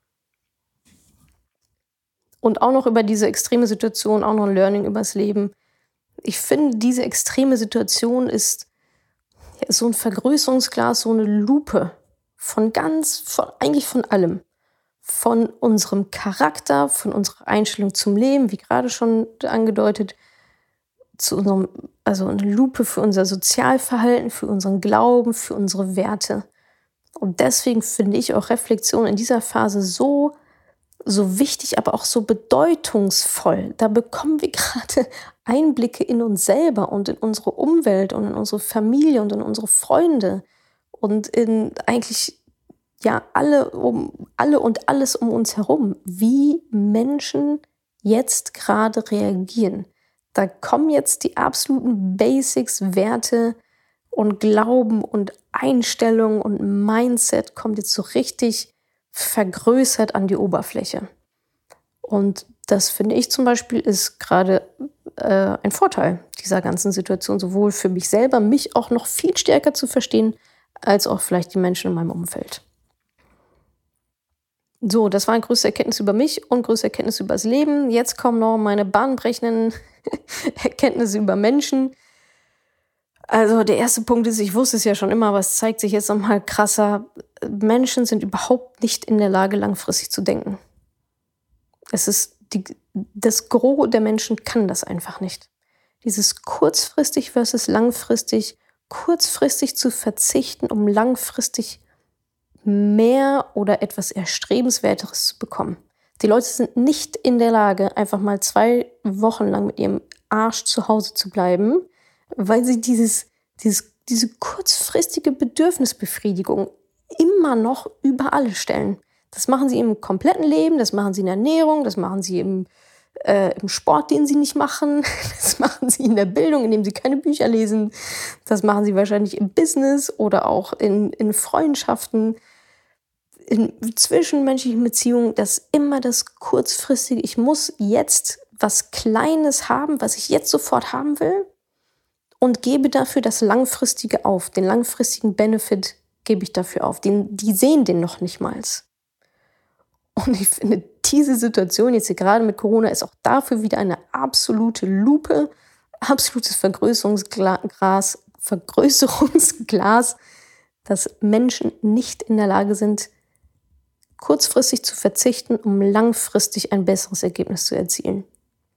Und auch noch über diese extreme Situation, auch noch ein Learning übers Leben. Ich finde, diese extreme Situation ist so ein Vergrößerungsglas, so eine Lupe eigentlich von allem. Von unserem Charakter, von unserer Einstellung zum Leben, wie gerade schon angedeutet, eine Lupe für unser Sozialverhalten, für unseren Glauben, für unsere Werte. Und deswegen finde ich auch Reflexion in dieser Phase so wichtig, aber auch so bedeutungsvoll. Da bekommen wir gerade Einblicke in uns selber und in unsere Umwelt und in unsere Familie und in unsere Freunde und in eigentlich alle und alles um uns herum, wie Menschen jetzt gerade reagieren. Da kommen jetzt die absoluten Basics, Werte und Glauben und Einstellungen und Mindset kommt jetzt so richtig vergrößert an die Oberfläche. Und das finde ich zum Beispiel ist gerade ein Vorteil dieser ganzen Situation, sowohl für mich selber, mich auch noch viel stärker zu verstehen, als auch vielleicht die Menschen in meinem Umfeld. So, das war eine größte Erkenntnis über mich und größte Erkenntnis über das Leben. Jetzt kommen noch meine bahnbrechenden Erkenntnisse über Menschen. Also der erste Punkt ist, ich wusste es ja schon immer, aber es zeigt sich jetzt nochmal krasser. Menschen sind überhaupt nicht in der Lage, langfristig zu denken. Das Gros der Menschen kann das einfach nicht. Dieses kurzfristig versus langfristig, kurzfristig zu verzichten, um langfristig mehr oder etwas Erstrebenswerteres zu bekommen. Die Leute sind nicht in der Lage, einfach mal 2 Wochen lang mit ihrem Arsch zu Hause zu bleiben, weil sie diese kurzfristige Bedürfnisbefriedigung immer noch über alles stellen. Das machen sie im kompletten Leben, das machen sie in der Ernährung, das machen sie im Sport, den sie nicht machen, das machen sie in der Bildung, indem sie keine Bücher lesen, das machen sie wahrscheinlich im Business oder auch in Freundschaften, in zwischenmenschlichen Beziehungen, dass immer das kurzfristige, ich muss jetzt was Kleines haben, was ich jetzt sofort haben will, und gebe dafür das Langfristige auf. Den langfristigen Benefit gebe ich dafür auf. Die sehen den noch nicht mal. Und ich finde, diese Situation jetzt hier gerade mit Corona ist auch dafür wieder eine absolute Lupe, absolutes Vergrößerungsglas, dass Menschen nicht in der Lage sind, kurzfristig zu verzichten, um langfristig ein besseres Ergebnis zu erzielen.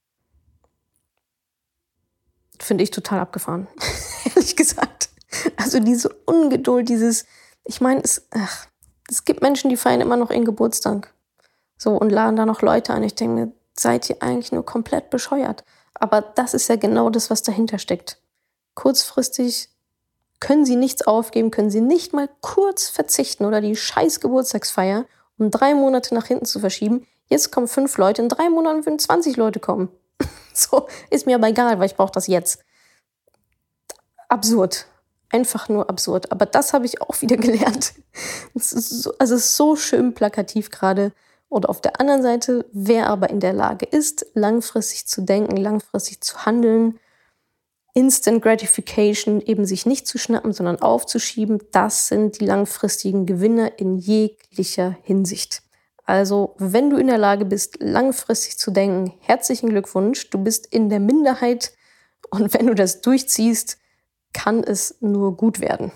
Finde ich total abgefahren, ehrlich gesagt. Also diese Ungeduld, ich meine, es gibt Menschen, die feiern immer noch ihren Geburtstag. So, und laden da noch Leute an. Ich denke mir, seid ihr eigentlich nur komplett bescheuert? Aber das ist ja genau das, was dahinter steckt. Kurzfristig können sie nichts aufgeben, können sie nicht mal kurz verzichten oder die scheiß Geburtstagsfeier um 3 Monate nach hinten zu verschieben. Jetzt kommen 5 Leute, in 3 Monaten würden 20 Leute kommen. So, ist mir aber egal, weil ich brauche das jetzt. Absurd. Einfach nur absurd. Aber das habe ich auch wieder gelernt. Es ist so schön plakativ gerade. Und auf der anderen Seite, wer aber in der Lage ist, langfristig zu denken, langfristig zu handeln, Instant Gratification eben sich nicht zu schnappen, sondern aufzuschieben, das sind die langfristigen Gewinner in jeglicher Hinsicht. Also, wenn du in der Lage bist, langfristig zu denken, herzlichen Glückwunsch, du bist in der Minderheit und wenn du das durchziehst, kann es nur gut werden.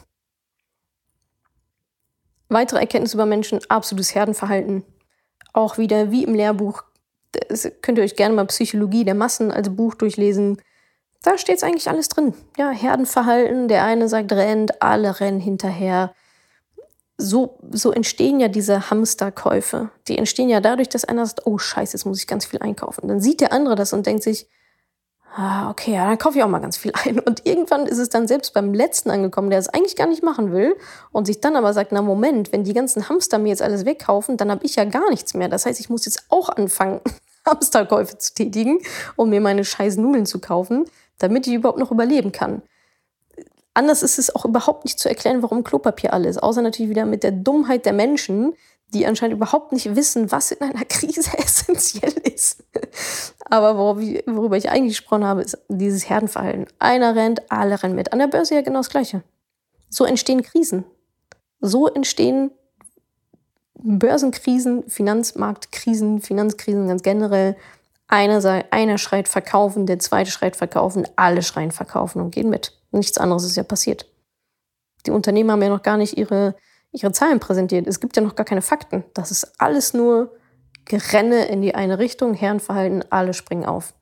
Weitere Erkenntnis über Menschen, absolutes Herdenverhalten. Auch wieder wie im Lehrbuch, das könnt ihr euch gerne mal Psychologie der Massen als Buch durchlesen. Da steht es eigentlich alles drin. Ja, Herdenverhalten, der eine sagt rennt, alle rennen hinterher. So entstehen ja diese Hamsterkäufe. Die entstehen ja dadurch, dass einer sagt, oh scheiße, jetzt muss ich ganz viel einkaufen. Dann sieht der andere das und denkt sich, okay, ja, dann kaufe ich auch mal ganz viel ein. Und irgendwann ist es dann selbst beim Letzten angekommen, der es eigentlich gar nicht machen will und sich dann aber sagt, na Moment, wenn die ganzen Hamster mir jetzt alles wegkaufen, dann habe ich ja gar nichts mehr. Das heißt, ich muss jetzt auch anfangen, Hamsterkäufe zu tätigen, um mir meine scheiß Nudeln zu kaufen, damit ich überhaupt noch überleben kann. Anders ist es auch überhaupt nicht zu erklären, warum Klopapier alle ist, außer natürlich wieder mit der Dummheit der Menschen, die anscheinend überhaupt nicht wissen, was in einer Krise essentiell ist. Aber worüber ich eigentlich gesprochen habe, ist dieses Herdenverhalten. Einer rennt, alle rennen mit. An der Börse ja genau das Gleiche. So entstehen Krisen. So entstehen Börsenkrisen, Finanzmarktkrisen, Finanzkrisen ganz generell. Einer schreit verkaufen, der zweite schreit verkaufen, alle schreien verkaufen und gehen mit. Nichts anderes ist ja passiert. Die Unternehmen haben ja noch gar nicht ihre Zahlen präsentiert. Es gibt ja noch gar keine Fakten. Das ist alles nur Gerenne in die eine Richtung, Herrenverhalten, alle springen auf.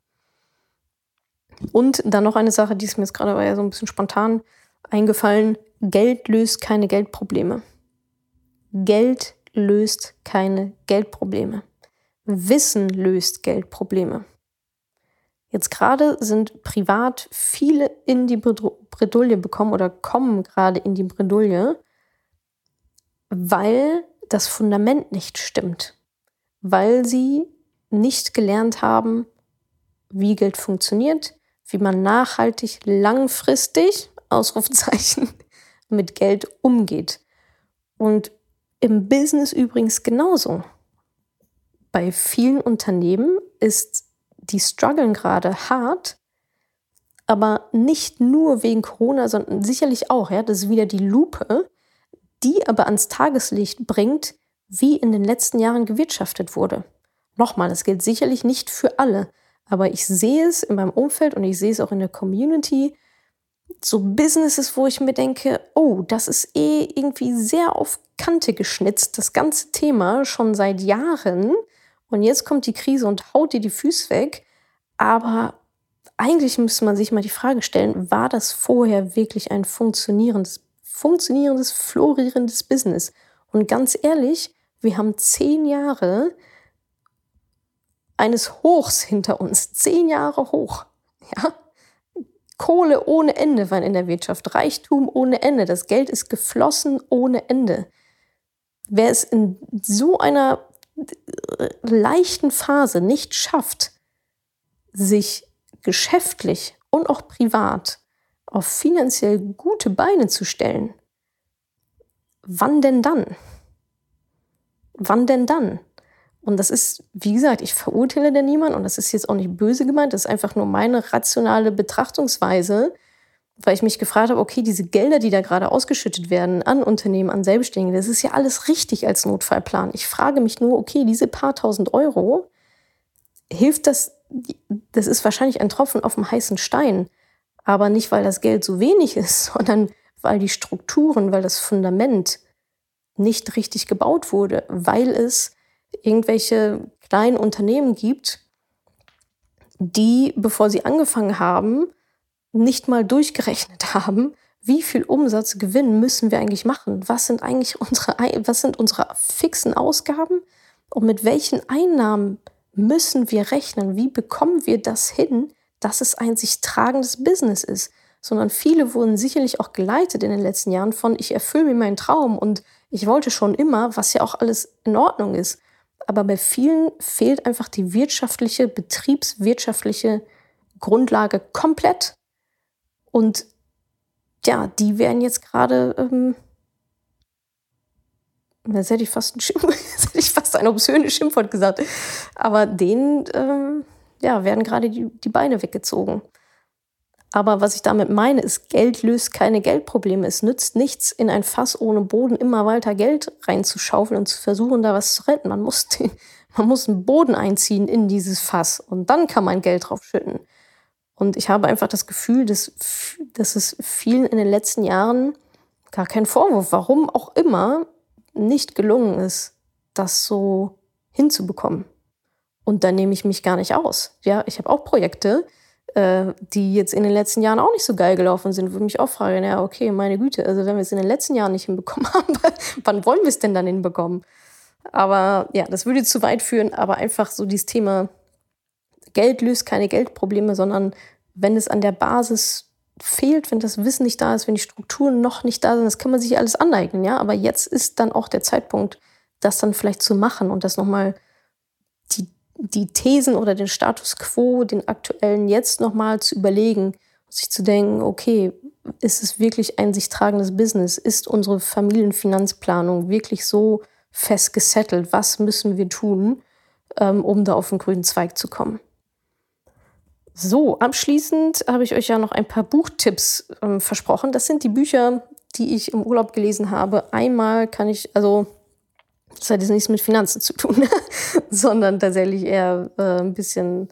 Und dann noch eine Sache, die ist mir jetzt gerade aber ja so ein bisschen spontan eingefallen. Geld löst keine Geldprobleme. Geld löst keine Geldprobleme. Wissen löst Geldprobleme. Jetzt gerade sind privat viele in die Bredouille bekommen oder kommen gerade in die Bredouille, weil das Fundament nicht stimmt. Weil sie nicht gelernt haben, wie Geld funktioniert, wie man nachhaltig, langfristig, Ausrufezeichen, mit Geld umgeht. Und im Business übrigens genauso. Bei vielen Unternehmen die strugglen gerade hart, aber nicht nur wegen Corona, sondern sicherlich auch, ja, das ist wieder die Lupe, die aber ans Tageslicht bringt, wie in den letzten Jahren gewirtschaftet wurde. Nochmal, das gilt sicherlich nicht für alle, aber ich sehe es in meinem Umfeld und ich sehe es auch in der Community, so Businesses, wo ich mir denke, oh, das ist irgendwie sehr auf Kante geschnitzt, das ganze Thema schon seit Jahren und jetzt kommt die Krise und haut dir die Füße weg, aber eigentlich müsste man sich mal die Frage stellen, war das vorher wirklich ein funktionierendes, florierendes Business? Und ganz ehrlich, wir haben 10 Jahre eines Hochs hinter uns. 10 Jahre hoch. Ja? Kohle ohne Ende war in der Wirtschaft. Reichtum ohne Ende. Das Geld ist geflossen ohne Ende. Wer es in so einer leichten Phase nicht schafft, sich geschäftlich und auch privat auf finanziell gute Beine zu stellen, wann denn dann? Wann denn dann? Und das ist, wie gesagt, ich verurteile da niemanden und das ist jetzt auch nicht böse gemeint, das ist einfach nur meine rationale Betrachtungsweise, weil ich mich gefragt habe, okay, diese Gelder, die da gerade ausgeschüttet werden an Unternehmen, an Selbstständige, das ist ja alles richtig als Notfallplan. Ich frage mich nur, okay, diese paar tausend Euro, hilft das? Das ist wahrscheinlich ein Tropfen auf dem heißen Stein, aber nicht, weil das Geld so wenig ist, sondern weil die Strukturen, weil das Fundament nicht richtig gebaut wurde, weil es irgendwelche kleinen Unternehmen gibt, die, bevor sie angefangen haben, nicht mal durchgerechnet haben, wie viel Umsatzgewinn müssen wir eigentlich machen? Was sind unsere fixen Ausgaben? Und mit welchen Einnahmen müssen wir rechnen? Wie bekommen wir das hin, dass es ein sich tragendes Business ist? Sondern viele wurden sicherlich auch geleitet in den letzten Jahren von, ich erfülle mir meinen Traum und ich wollte schon immer, was ja auch alles in Ordnung ist. Aber bei vielen fehlt einfach die betriebswirtschaftliche Grundlage komplett. Und ja, die werden jetzt gerade, jetzt hätte ich fast ein obszönes Schimpfwort gesagt, aber denen werden gerade die Beine weggezogen. Aber was ich damit meine, ist, Geld löst keine Geldprobleme. Es nützt nichts, in ein Fass ohne Boden immer weiter Geld reinzuschaufeln und zu versuchen, da was zu retten. Man muss einen Boden einziehen in dieses Fass und dann kann man Geld drauf schütten. Und ich habe einfach das Gefühl, dass es vielen in den letzten Jahren, gar kein Vorwurf, warum auch immer, nicht gelungen ist, das so hinzubekommen. Und da nehme ich mich gar nicht aus. Ja, ich habe auch Projekte, die jetzt in den letzten Jahren auch nicht so geil gelaufen sind, würde mich auch fragen, ja, okay, meine Güte, also wenn wir es in den letzten Jahren nicht hinbekommen haben, wann wollen wir es denn dann hinbekommen? Aber ja, das würde zu weit führen, aber einfach so dieses Thema, Geld löst keine Geldprobleme, sondern wenn es an der Basis fehlt, wenn das Wissen nicht da ist, wenn die Strukturen noch nicht da sind, das kann man sich alles aneignen, ja. Aber jetzt ist dann auch der Zeitpunkt, das dann vielleicht zu machen und das nochmal die Thesen oder den Status quo, den aktuellen jetzt nochmal zu überlegen und sich zu denken, okay, ist es wirklich ein sich tragendes Business? Ist unsere Familienfinanzplanung wirklich so fest gesettelt? Was müssen wir tun, um da auf den grünen Zweig zu kommen? So, abschließend habe ich euch ja noch ein paar Buchtipps versprochen. Das sind die Bücher, die ich im Urlaub gelesen habe. Einmal das hat jetzt nichts mit Finanzen zu tun, sondern tatsächlich eher ein bisschen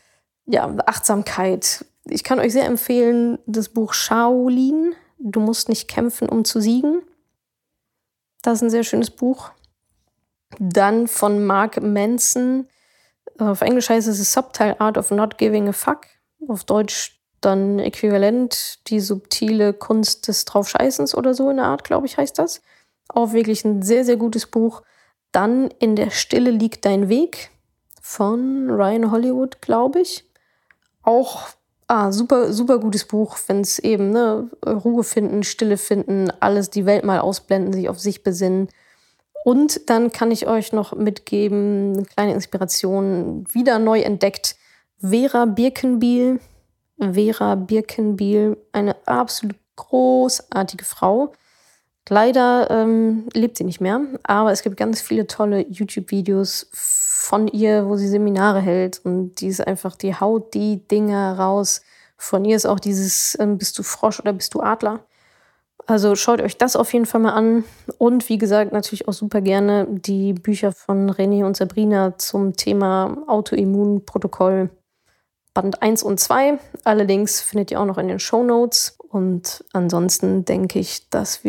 Achtsamkeit. Ich kann euch sehr empfehlen, das Buch Shaolin, Du musst nicht kämpfen, um zu siegen. Das ist ein sehr schönes Buch. Dann von Mark Manson. Auf Englisch heißt es Subtle Art of Not Giving a Fuck. Auf Deutsch dann äquivalent die subtile Kunst des Draufscheißens oder so in der Art, glaube ich, heißt das. Auch wirklich ein sehr, sehr gutes Buch. Dann In der Stille liegt dein Weg von Ryan Hollywood, glaube ich. Auch super, super gutes Buch, wenn es eben Ruhe finden, Stille finden, alles, die Welt mal ausblenden, sich auf sich besinnen. Und dann kann ich euch noch mitgeben, eine kleine Inspiration, wieder neu entdeckt, Vera Birkenbiel. Vera Birkenbiel, eine absolut großartige Frau. Leider lebt sie nicht mehr, aber es gibt ganz viele tolle YouTube-Videos von ihr, wo sie Seminare hält. Und die haut die Dinge raus. Von ihr ist auch dieses, bist du Frosch oder bist du Adler? Also schaut euch das auf jeden Fall mal an. Und wie gesagt, natürlich auch super gerne die Bücher von René und Sabrina zum Thema Autoimmunprotokoll Band 1 und 2. Allerdings findet ihr auch noch in den Shownotes. Und ansonsten denke ich, dass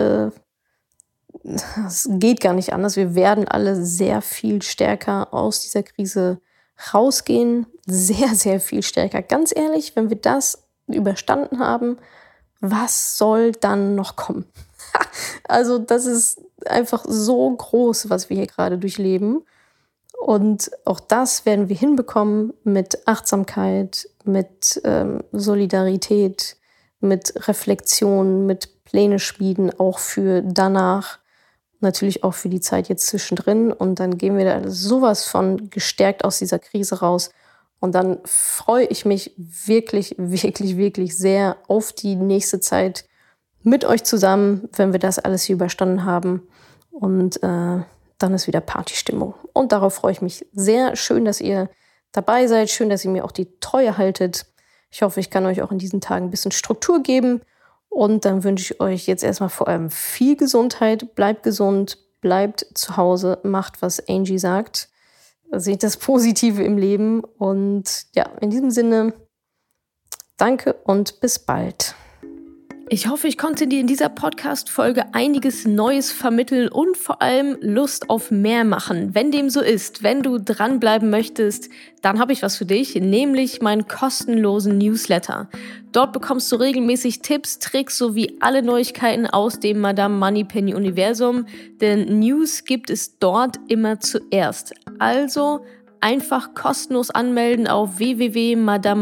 es geht gar nicht anders. Wir werden alle sehr viel stärker aus dieser Krise rausgehen. Sehr, sehr viel stärker. Ganz ehrlich, wenn wir das überstanden haben, was soll dann noch kommen? Also das ist einfach so groß, was wir hier gerade durchleben. Und auch das werden wir hinbekommen mit Achtsamkeit, mit Solidarität, mit Reflexion, mit Pläne schmieden, auch für danach, natürlich auch für die Zeit jetzt zwischendrin. Und dann gehen wir da sowas von gestärkt aus dieser Krise raus. Und dann freue ich mich wirklich, wirklich, wirklich sehr auf die nächste Zeit mit euch zusammen, wenn wir das alles hier überstanden haben. Und dann ist wieder Partystimmung. Und darauf freue ich mich sehr. Schön, dass ihr dabei seid. Schön, dass ihr mir auch die Treue haltet. Ich hoffe, ich kann euch auch in diesen Tagen ein bisschen Struktur geben. Und dann wünsche ich euch jetzt erstmal vor allem viel Gesundheit. Bleibt gesund, bleibt zu Hause, macht, was Angie sagt. Seht das Positive im Leben. Und ja, in diesem Sinne, danke und bis bald. Ich hoffe, ich konnte dir in dieser Podcast-Folge einiges Neues vermitteln und vor allem Lust auf mehr machen. Wenn dem so ist, wenn du dranbleiben möchtest, dann habe ich was für dich, nämlich meinen kostenlosen Newsletter. Dort bekommst du regelmäßig Tipps, Tricks sowie alle Neuigkeiten aus dem Madame Moneypenny Universum, denn News gibt es dort immer zuerst. Also einfach kostenlos anmelden auf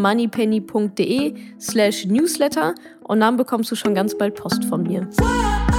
www.madamemoneypenny.de/newsletter und dann bekommst du schon ganz bald Post von mir.